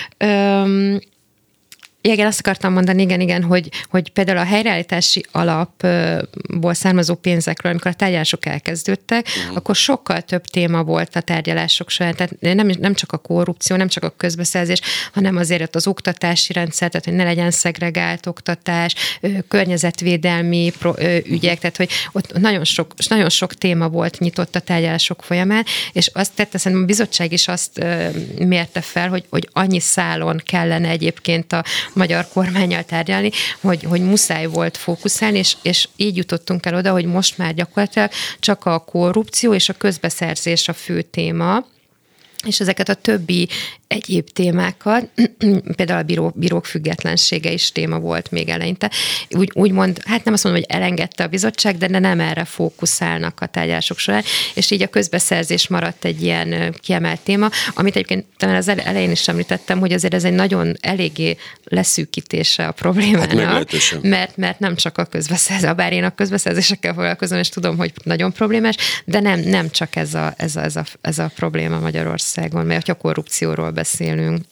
Igen, azt akartam mondani, igen, hogy például a helyreállítási alapból származó pénzekről, amikor a tárgyalások elkezdődtek, akkor sokkal több téma volt a tárgyalások során. Tehát nem csak a korrupció, nem csak a közbeszerzés, hanem azért az oktatási rendszer, tehát hogy ne legyen szegregált oktatás, környezetvédelmi ügyek, tehát hogy ott nagyon sok téma volt nyitott a tárgyalások folyamán, és azt tette, szerintem a bizottság is azt mérte fel, hogy annyi szálon kellene egyébként a magyar kormánnyal tárgyalni, hogy muszáj volt fókuszálni, és így jutottunk el oda, hogy most már gyakorlatilag csak a korrupció és a közbeszerzés a fő téma, és ezeket a többi egyéb témákat, például a bírók függetlensége is téma volt még eleinte. Úgymond, hát nem azt mondom, hogy elengedte a bizottság, de nem erre fókuszálnak a tárgyalások során, és így a közbeszerzés maradt egy ilyen kiemelt téma, amit egyébként talán az elején is említettem, hogy azért ez egy nagyon eléggé leszűkítése a problémának, mert nem csak a közbeszerzés, bár én a közbeszerzésekkel foglalkozom, és tudom, hogy nagyon problémás, de nem csak ez a probléma Magyarországon, mert a korrupcióról beszélünk.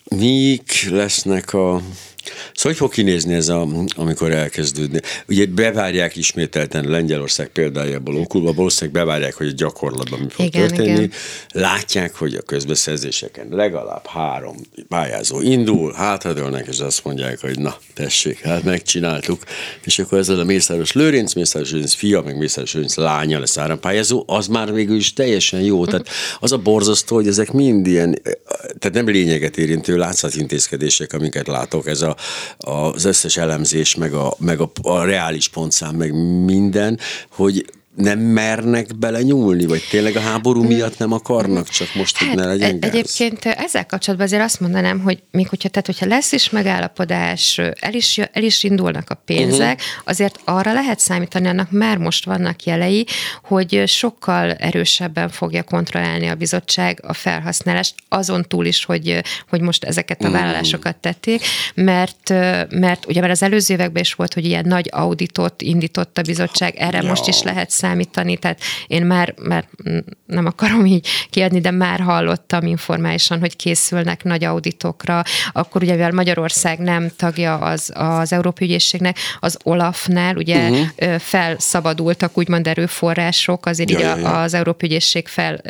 Mik lesznek Szóval hogy fog kinézni ez, amikor elkezdődni? Ugye bevárják ismételten Lengyelország példájából okulva, valószínűleg bevárják, hogy a gyakorlatban mi fog történni. Igen. Látják, hogy a közbeszerzéseken legalább 3 pályázó indul, hátradőlnek, és azt mondják, hogy na, tessék, hát megcsináltuk. És akkor ezzel a Mészáros Lőrinc fia, meg Mészáros Lőrinc lánya lesz árampályázó, az már végül is teljesen jó. Tehát az a borzasztó, hogy ezek mind ilyen, tehát nem lényeget érintő látszatintézkedések, amiket látok, ez az összes elemzés, meg a reális pontszám, meg minden, hogy nem mernek bele nyúlni, vagy tényleg a háború miatt nem akarnak, csak most, hogy ne legyen gáz? Egyébként ezzel kapcsolatban azért azt mondanám, hogy még hogyha lesz is megállapodás, el is indulnak a pénzek, azért arra lehet számítani, annak már most vannak jelei, hogy sokkal erősebben fogja kontrollálni a bizottság a felhasználást, azon túl is, hogy most ezeket a vállalásokat tették, mert ugye már az előző években is volt, hogy ilyen nagy auditot indított a bizottság, erre most is lehet számítani, tehát én már nem akarom így kiadni, de már hallottam informálisan, hogy készülnek nagy auditokra, akkor ugye mivel Magyarország nem tagja az Európai Ügyészségnek, az OLAF-nál ugye felszabadultak úgymond erőforrások, azért így az Európai Ügyészség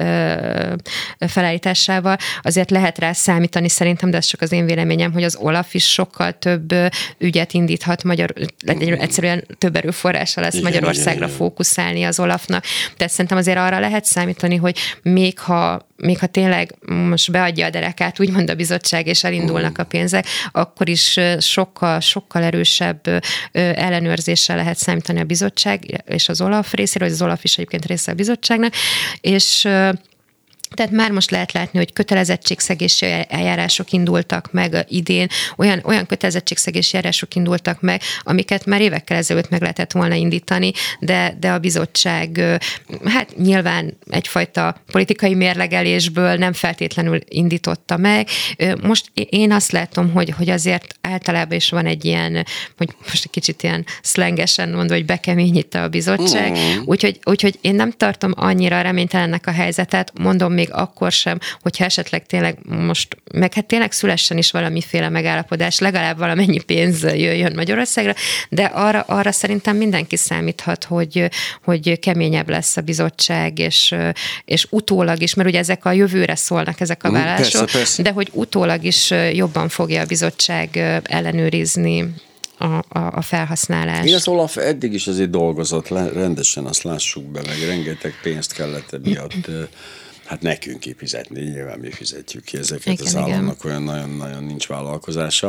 felállításával, azért lehet rá számítani szerintem, de ez csak az én véleményem, hogy az OLAF is sokkal több ügyet indíthat, egyszerűen több erőforrása lesz Magyarországra fókuszálni az Olafnak. Tehát szerintem azért arra lehet számítani, hogy még ha tényleg most beadja a derekát, úgymond a bizottság, és elindulnak a pénzek, akkor is sokkal erősebb ellenőrzésre lehet számítani a bizottság és az Olaf részéről, hogy az Olaf is egyébként része a bizottságnak, és tehát már most lehet látni, hogy kötelezettségszegési eljárások indultak meg idén, olyan kötelezettségszegési eljárások indultak meg, amiket már évekkel ezelőtt meg lehetett volna indítani, de a bizottság hát nyilván egyfajta politikai mérlegelésből nem feltétlenül indította meg. Most én azt látom, hogy azért általában is van egy ilyen, hogy most egy kicsit ilyen szlengesen mondva, hogy bekeményít a bizottság, úgyhogy én nem tartom annyira reménytelennek a helyzetet, mondom még akkor sem, hogyha esetleg tényleg most, meg hát tényleg szülessen is valamiféle megállapodás, legalább valamennyi pénz jöjjön Magyarországra, de arra szerintem mindenki számíthat, hogy keményebb lesz a bizottság, és utólag is, mert ugye ezek a jövőre szólnak, ezek a vállalások, persze. De hogy utólag is jobban fogja a bizottság ellenőrizni a felhasználást. Igen, az Olaf eddig is azért dolgozott rendesen, azt lássuk be, meg rengeteg pénzt kellett emiatt hát nekünk kifizetni, nyilván mi fizetjük ki ezeket, igen, az államnak olyan nagyon-nagyon nincs vállalkozása,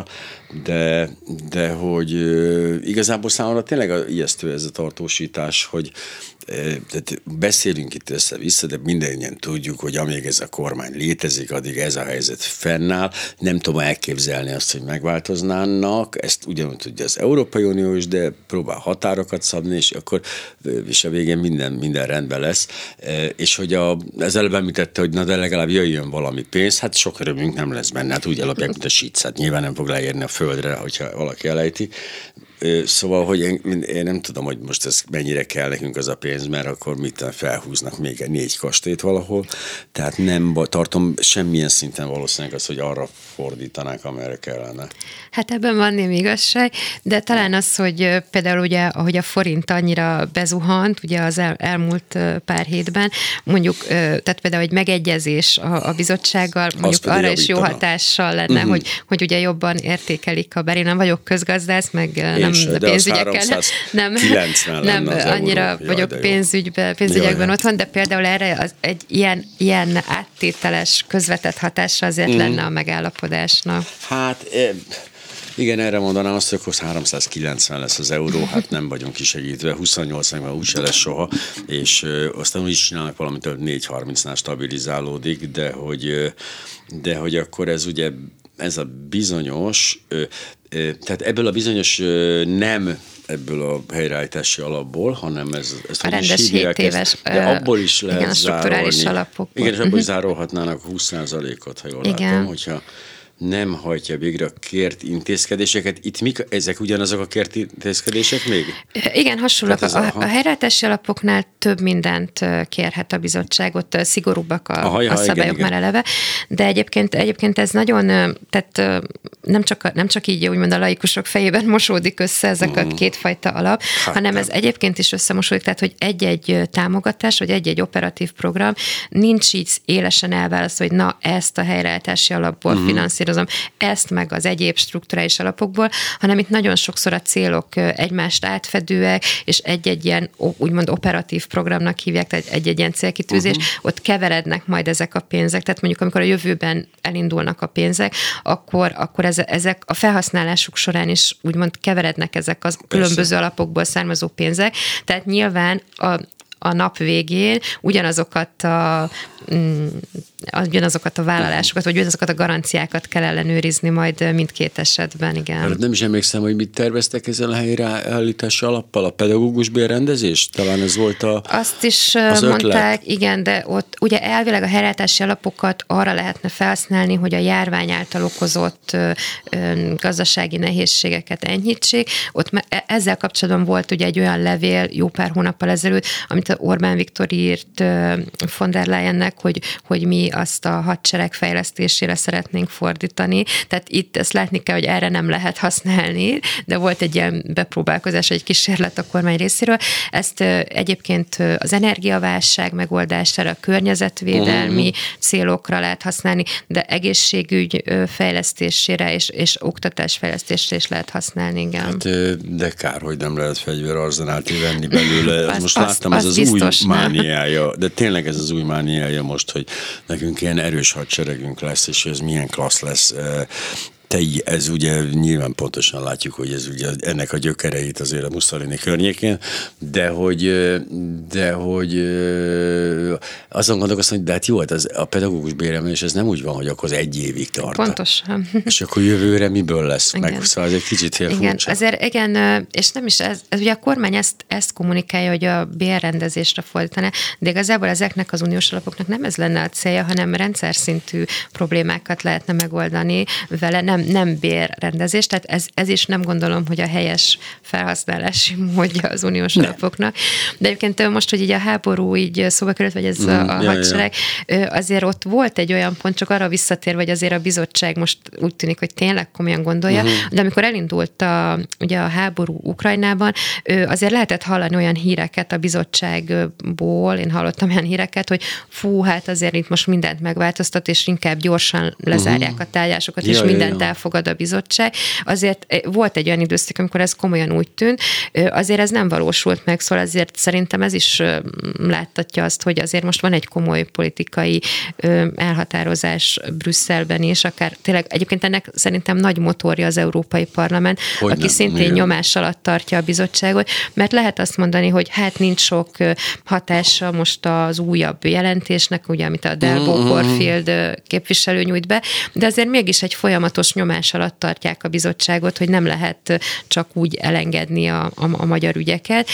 de hogy igazából számomra tényleg ijesztő ez a tartósítás, hogy tehát beszélünk itt össze-vissza, de mindannyian tudjuk, hogy amíg ez a kormány létezik, addig ez a helyzet fennáll. Nem tudom elképzelni azt, hogy megváltoznának. Ezt ugyanúgy tudja az Európai Unió is, de próbál határokat szabni, és akkor és a végén minden rendben lesz. És hogy az előbb említette, hogy na de legalább jöjjön valami pénz, hát sok örömünk nem lesz benne, hát úgy alapják, mint a síc, hát nyilván nem fog leérni a földre, hogyha valaki elejti. Szóval, hogy én nem tudom, hogy most ez mennyire kell nekünk az a pénz, mert akkor mit felhúznak még 4 kastélyt valahol, tehát nem tartom semmilyen szinten valószínűleg az, hogy arra fordítanák, amerre kellene. Hát ebben van némi igazság, de talán az, hogy például ugye, ahogy a forint annyira bezuhant, ugye az elmúlt pár hétben, mondjuk, tehát például egy megegyezés a bizottsággal, mondjuk arra is jó hatással lenne, hogy ugye jobban értékelik bár én nem vagyok közgazdász, meg nem pénzügyekkel, nem annyira vagyok pénzügyekben otthon, de például erre egy ilyen áttételes, közvetett hatása azért lenne a megállapodásnak. Hát igen, erre mondanám azt, hogy akkor 390 lesz az euró, hát nem vagyunk kisegítve, 28-ban úgyse lesz soha, és aztán úgy is csinálnak valamit, hogy 4.30-nál stabilizálódik, de hogy akkor ez ugye, ez a bizonyos, tehát ebből a bizonyos nem ebből a helyreállítási alapból, hanem ez a rendes 7 éves, de abból is lehet igen, strukturális alapokból. Igen, és abból is zárolhatnának 20%-ot, ha jól látom, hogyha nem hajtja végre a kért intézkedéseket. Itt ezek ugyanazok a kért intézkedések még? Igen, hasonlóak. A helyreállítási alapoknál több mindent kérhet a bizottság, ott szigorúbbak a szabályok igen. Már eleve, de egyébként ez nagyon, tehát nem csak így úgymond a laikusok fejében mosódik össze ezek a kétfajta alap, hanem ez egyébként is összemosódik, tehát hogy egy-egy támogatás, vagy egy-egy operatív program nincs így élesen elválasztva, hogy na ezt a helyreállítási alapból finanszírozom, ezt meg az egyéb strukturális alapokból, hanem itt nagyon sokszor a célok egymást átfedőek, és egy-egy ilyen úgymond operatív programnak hívják, tehát egy-egy ilyen célkitűzés, ott keverednek majd ezek a pénzek, tehát mondjuk amikor a jövőben elindulnak a pénzek, akkor ezek a felhasználásuk során is úgymond keverednek ezek az különböző alapokból származó pénzek, tehát nyilván a nap végén ugyanazokat a vállalásokat, vagy ugyanazokat a garanciákat kell ellenőrizni majd mindkét esetben, igen. Hát nem is emlékszem, hogy mit terveztek ezzel a helyreállítási alappal, a pedagógus bérrendezés? Talán ez volt azt is mondták, igen, de ott ugye elvileg a helyreállítási alapokat arra lehetne felhasználni, hogy a járvány által okozott gazdasági nehézségeket enyhítsék. Ott ezzel kapcsolatban volt ugye egy olyan levél jó pár hónappal ezelőtt, amit Orbán Viktor írt von der Leyennek, hogy mi mi azt a hadsereg fejlesztésére szeretnénk fordítani. Tehát itt ezt látni kell, hogy erre nem lehet használni, de volt egy ilyen bepróbálkozás, egy kísérlet a kormány részéről. Ezt egyébként az energiaválság megoldására, a környezetvédelmi célokra lehet használni, de egészségügy fejlesztésére és oktatás fejlesztésére is lehet használni, igen. Hát, de kár, hogy nem lehet fegyverarzenált venni belőle. Most láttam, ez az új nem. mániája, de tényleg ez az új mániája most, hogy nekünk ilyen erős hadseregünk lesz, és ez milyen klassz lesz. Ez ugye nyilván pontosan látjuk, hogy ez ugye ennek a gyökereit azért a Mussolini környékén, de hogy azon gondolkoztam, hogy de hát jó, hát a pedagógus béremelés ez nem úgy van, hogy akkor az 1 évig tart. Pontosan. És akkor jövőre miből lesz Igen. meg? Szóval ez egy kicsit furcsa. Azért igen, és nem is ez ugye a kormány ezt kommunikálja, hogy a bérrendezésre fordítaná, de igazából ezeknek az uniós alapoknak nem ez lenne a célja, hanem rendszer szintű problémákat lehetne megoldani vele, nem bérrendezés, tehát ez is nem gondolom, hogy a helyes felhasználási módja az uniós alapoknak. De egyébként most, hogy így a háború így szóba került, vagy ez a hadsereg, azért ott volt egy olyan pont, csak arra visszatér, hogy azért a bizottság most úgy tűnik, hogy tényleg komolyan gondolja, de amikor elindult ugye a háború Ukrajnában, azért lehetett hallani olyan híreket a bizottságból, én hallottam olyan híreket, hogy fú, hát azért itt most mindent megváltoztat, és inkább gyorsan lezárják a tárgyásokat, és mindent elfogad a bizottság. Azért volt egy olyan időszak, amikor ez komolyan úgy tűnt, azért ez nem valósult meg, szóval azért szerintem ez is láttatja azt, hogy azért most van egy komoly politikai elhatározás Brüsszelben is, akár tényleg egyébként ennek szerintem nagy motorja az Európai Parlament, aki szintén nyomás alatt tartja a bizottságot, mert lehet azt mondani, hogy hát nincs sok hatása most az újabb jelentésnek, ugye, amit a Delbo Corfield képviselő nyújt be, de azért mégis egy folyamatos nyomás alatt tartják a bizottságot, hogy nem lehet csak úgy elengedni a magyar ügyeket,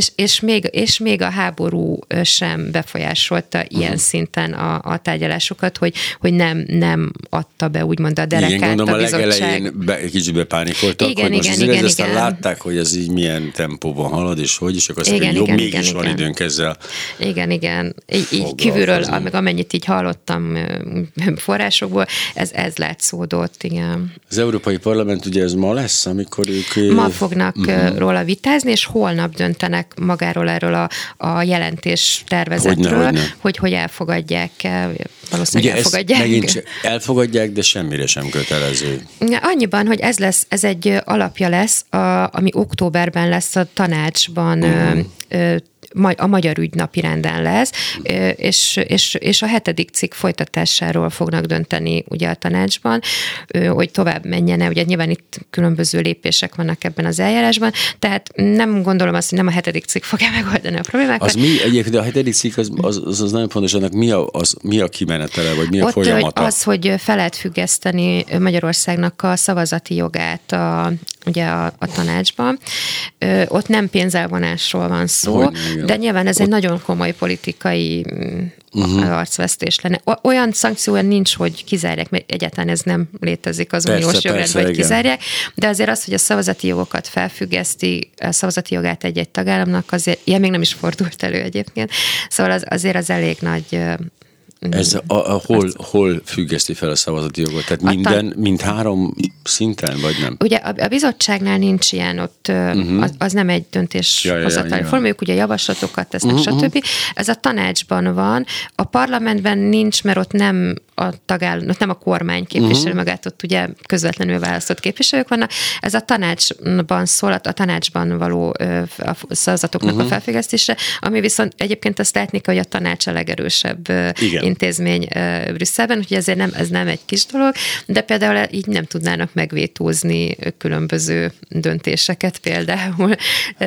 és még a háború sem befolyásolta ilyen szinten a tárgyalásokat, hogy nem adta be úgymond a derekát a bizottság. Legelején kicsit bepánikoltak, igen, hogy most igen, aztán látták, hogy ez így milyen tempóban halad, és akkor azt mondják, hogy mégis van időnk ezzel. Igen. Így kívülről, meg amennyit így hallottam forrásokból, ez látszódott, igen. Az Európai Parlament ugye ez ma lesz, amikor ők... Ma fognak róla vitázni, és holnap döntenek magáról erről a jelentés tervezetről, hogy elfogadják-e, valószínűleg ugye elfogadják. Megint elfogadják, de semmire sem kötelező. Annyiban, hogy ez egy alapja lesz, ami októberben lesz a tanácsban a magyar ügy napirenden lesz, és a 7. cikk folytatásáról fognak dönteni ugye a tanácsban, hogy tovább menjen-e, ugye nyilván itt különböző lépések vannak ebben az eljárásban, tehát nem gondolom azt, hogy nem a 7. cikk fogja megoldani a problémákat. Az mi egyébként a 7. cikk az nagyon fontos, annak mi a kimenetele, vagy mi a folyamata? Az, hogy fel lehet függeszteni Magyarországnak a szavazati jogát ugye a tanácsban. Ott nem pénzelvonásról van szó, de nyilván ez egy nagyon komoly politikai arcvesztés lenne. Olyan szankció nincs, hogy kizárják, mert egyáltalán ez nem létezik az uniós jogrendben, hogy kizárják, de azért az, hogy a szavazati jogokat felfüggeszti, a szavazati jogát egy tagállamnak, azért ilyen még nem is fordult elő egyébként. Szóval azért az elég nagy... Ez hol függeszti fel a szavazati jogot? Tehát mindhárom szinten, vagy nem? Ugye a bizottságnál nincs ilyen, ott az nem egy döntéshozatali forma, ők ugye javaslatokat tesznek, stb. Ez a tanácsban van, a parlamentben nincs, mert ott nem a tagállam, ott nem a kormány képviselő magát, ott ugye közvetlenül választott képviselők vannak. Ez a tanácsban szól, a tanácsban való szavazatoknak a felfüggesztése, ami viszont egyébként azt látni kell, hogy a tanács a legerősebb intézmény Brüsszelben, úgyhogy ezért ez nem egy kis dolog, de például így nem tudnának megvétózni különböző döntéseket, például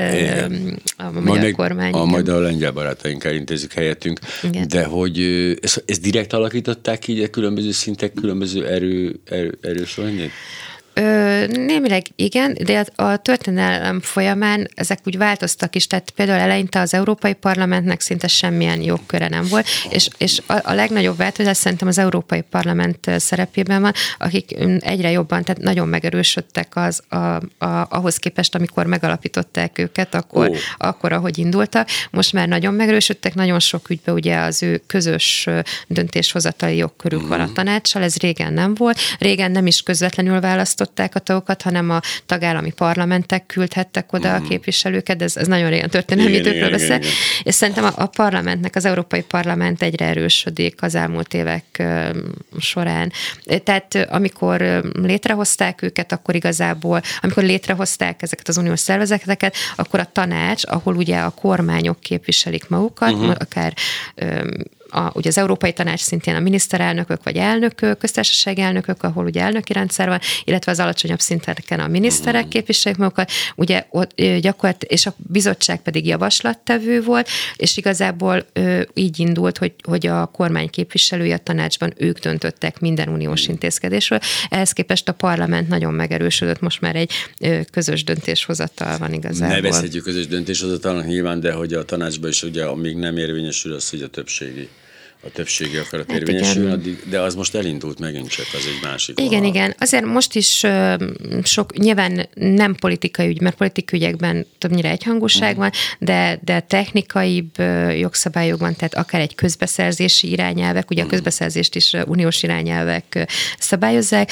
a magyar kormány. Majd a lengyel barátaink elintézik helyettünk, de hogy ezt direkt alakították így a különböző szintek, különböző erősorrendjét? Némileg igen, de a történelem folyamán ezek úgy változtak is, tehát például eleinte az Európai Parlamentnek szinte semmilyen jogköre nem volt, és a legnagyobb változás szerintem az Európai Parlament szerepében van, akik egyre jobban, tehát nagyon megerősödtek ahhoz képest, amikor megalapították őket, akkor, ahogy indultak. Most már nagyon megerősödtek, nagyon sok ügyben ugye az ő közös döntéshozatali jogkörük van a tanácssal, ez régen nem volt. Régen nem is közvetlenül választották a tagokat, hanem a tagállami parlamentek küldhettek oda a képviselőket, de ez nagyon régen történelmi időkről beszél. És szerintem a parlamentnek, az Európai Parlament egyre erősödik az elmúlt évek során. Tehát amikor létrehozták őket, akkor igazából, amikor létrehozták ezeket az uniós szervezeteket, akkor a tanács, ahol ugye a kormányok képviselik magukat, akár ugye az Európai Tanács szintén a miniszterelnökök vagy elnökök, köztársasági elnökök, ahol ugye elnöki rendszer van, illetve az alacsonyabb szinteken a miniszterek képviselik magukat, ugye ott gyakorlatilag, és a bizottság pedig javaslattevő volt, és igazából így indult, hogy a kormány képviselői a tanácsban ők döntöttek minden uniós intézkedésről. Ehhez képest a parlament nagyon megerősödött, most már egy közös döntéshozatal van igazából. Nevezhetjük közös döntéshozatalnak nyilván, de hogy a tanácsban is ugye amíg nem érvényesül az, hogy a többségi akarat érvényesül, de az most elindult megint csak, az egy másik vonal. Igen. Azért most is sok, nyilván nem politikai ügy, mert politikai ügyekben többnyire egyhangúság van, de technikaibb jogszabályokban, tehát akár egy közbeszerzési irányelvek, ugye a közbeszerzést is uniós irányelvek szabályozzák,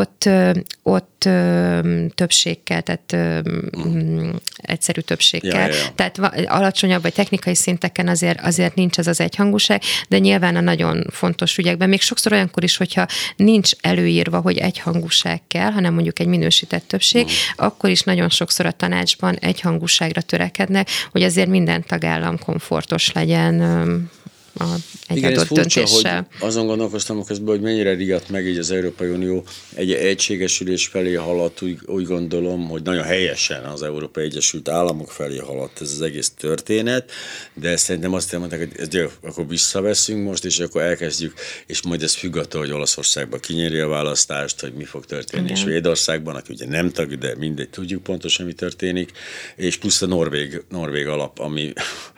ott többségkel, tehát egyszerű többségkel. Ja. Tehát alacsonyabb vagy technikai szinteken azért nincs ez az egyhangúság, de nyilván a nagyon fontos ügyekben, még sokszor olyankor is, hogyha nincs előírva, hogy egyhangúság kell, hanem mondjuk egy minősített többség, akkor is nagyon sokszor a tanácsban egyhangúságra törekednek, hogy azért minden tagállam komfortos legyen egy igen, adott furcsa, döntéssel. Hogy azon gondolkoztam közben, hogy mennyire riadt meg így az Európai Unió egy egységesülés felé haladt, úgy gondolom, hogy nagyon helyesen az Európai Egyesült Államok felé haladt ez az egész történet, de szerintem azt mondták, hogy akkor visszaveszünk most, és akkor elkezdjük, és majd ez függ attól, hogy Olaszországban kinyeri a választást, hogy mi fog történni Svédországban, aki ugye nem tag, de mindegy, tudjuk pontosan, mi történik, és plusz a Norvég alap, ami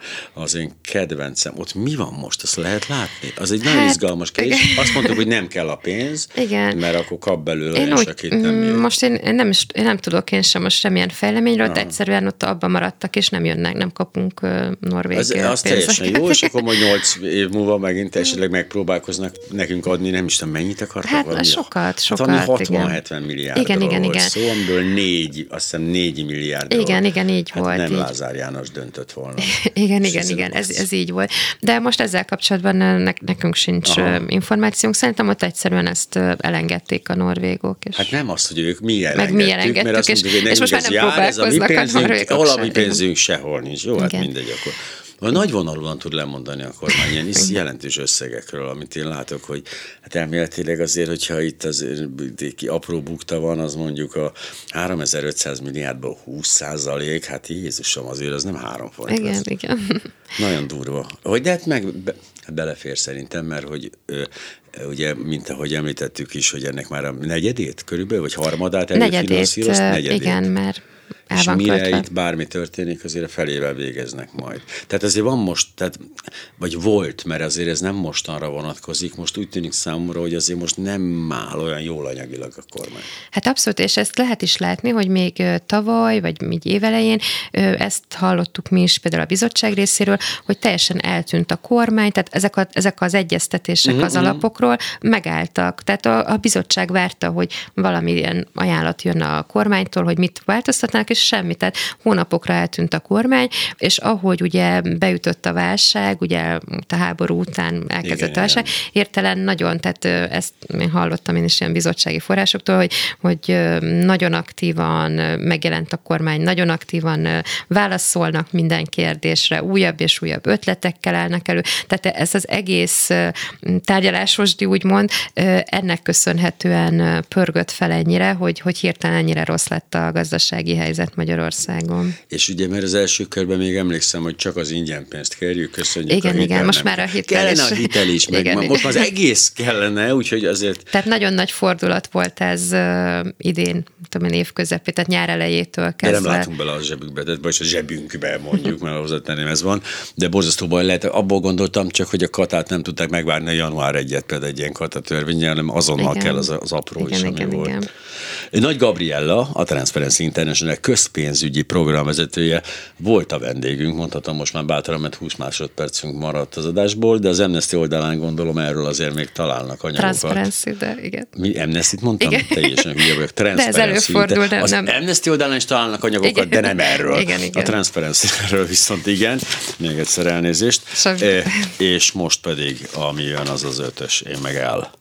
az én kedvencem. Ott mi van most? Azt lehet látni? Az egy nagyon izgalmas kérdés. Azt mondtuk, hogy nem kell a pénz, mert akkor kap belőle, és akit nem jön. Most én nem tudok én sem most semmilyen fejleményről, egyszerűen ott abban maradtak, és nem jönnek, nem kapunk norvég pénzeket. Az teljesen jó, és akkor majd 8 év múlva megint esetleg megpróbálkoznak nekünk adni, nem is tudom, mennyit akartak adni? Hát sokat. Hát 60-70 milliárdról volt szó, amiből 4 milliárd. Igen, így volt. Nem Lázár János döntött volna. Igen, ez így volt. De most ezzel kapcsolatban nekünk sincs információnk. Szerintem ott egyszerűen ezt elengedték a norvégok. És hát nem azt, hogy ők mi elengedtük, mert azt mondjuk, hogy most már nem próbálkoznak a norvégok. Ahol a mi pénzünk sehol nincs. Jó, hát mindegy akkor. A nagy vonalúan tud lemondani a kormány ilyen jelentős összegekről, amit én látok, hogy hát elméletileg azért, hogyha itt azért apró bukta van, az mondjuk a 3500 milliárdból 20%, hát Jézusom, azért az nem 3 forint lesz. Igen. Nagyon durva. Hogy de hát belefér szerintem, mert hogy ugye, mint ahogy említettük is, hogy ennek már a negyedét körülbelül, vagy harmadát előfinanszírozt? Negyedét. Igen, mert és mire itt bármi történik, azért a felével végeznek majd. Tehát azért van most, vagy volt, mert azért ez nem mostanra vonatkozik, most úgy tűnik számomra, hogy azért most nem áll olyan jól anyagilag a kormány. Hát abszolút, és ezt lehet is látni, hogy még tavaly, vagy még évelején ezt hallottuk mi is például a bizottság részéről, hogy teljesen eltűnt a kormány, tehát ezek az egyeztetések az alapokról megálltak. Tehát a bizottság várta, hogy valamilyen ajánlat jön a kormánytól, hogy mit változtatnak, és semmi. Tehát hónapokra eltűnt a kormány, és ahogy ugye beütött a válság, ugye a háború után elkezdett a válság, hirtelen nagyon, tehát ezt én hallottam én is ilyen bizottsági forrásoktól, hogy nagyon aktívan megjelent a kormány, nagyon aktívan válaszolnak minden kérdésre, újabb és újabb ötletekkel állnak elő. Tehát ez az egész tárgyalásos mosdi, úgymond, ennek köszönhetően pörgött fel ennyire, hogy hirtelen ennyire rossz lett a gazdasági helyzet Magyarországon. És ugye, mert az első körben még emlékszem, hogy csak az ingyen pénzt kérjük, köszönjük igen, a hitel. Igen, most már a hitel kellene a hitel is, meg igen, most már az egész kellene, úgyhogy azért... Tehát nagyon nagy fordulat volt ez idén, tudom én, év közepén, tehát nyár elejétől kezdve. De nem látunk bele a zsebükbe, vagy a zsebünkbe mondjuk, mert hozzátenném ez van, de borzasztó baj lehet. Abból gondoltam csak, hogy a katát nem tudták megvárni a január 1-et például egy ilyen katatörvényel, hanem azonnal kell az apró is, ami volt. Igen. Nagy Gabriella, a Transparency International közpénzügyi programvezetője volt a vendégünk, mondhatom most már bátran, mert 20 másodpercünk maradt az adásból, de az Amnesty oldalán gondolom erről azért még találnak anyagokat. Transparency, de igen. Mi Amnesty-t mondtam? Igen. Teljesen hülye vagyok. De ez előfordul, de az nem. Amnesty oldalán is találnak anyagokat, igen. De nem erről. Igen. A Transparency-ről viszont igen. Még egyszer elnézést. És most pedig, ami jön, az az 5-ös. Én meg el.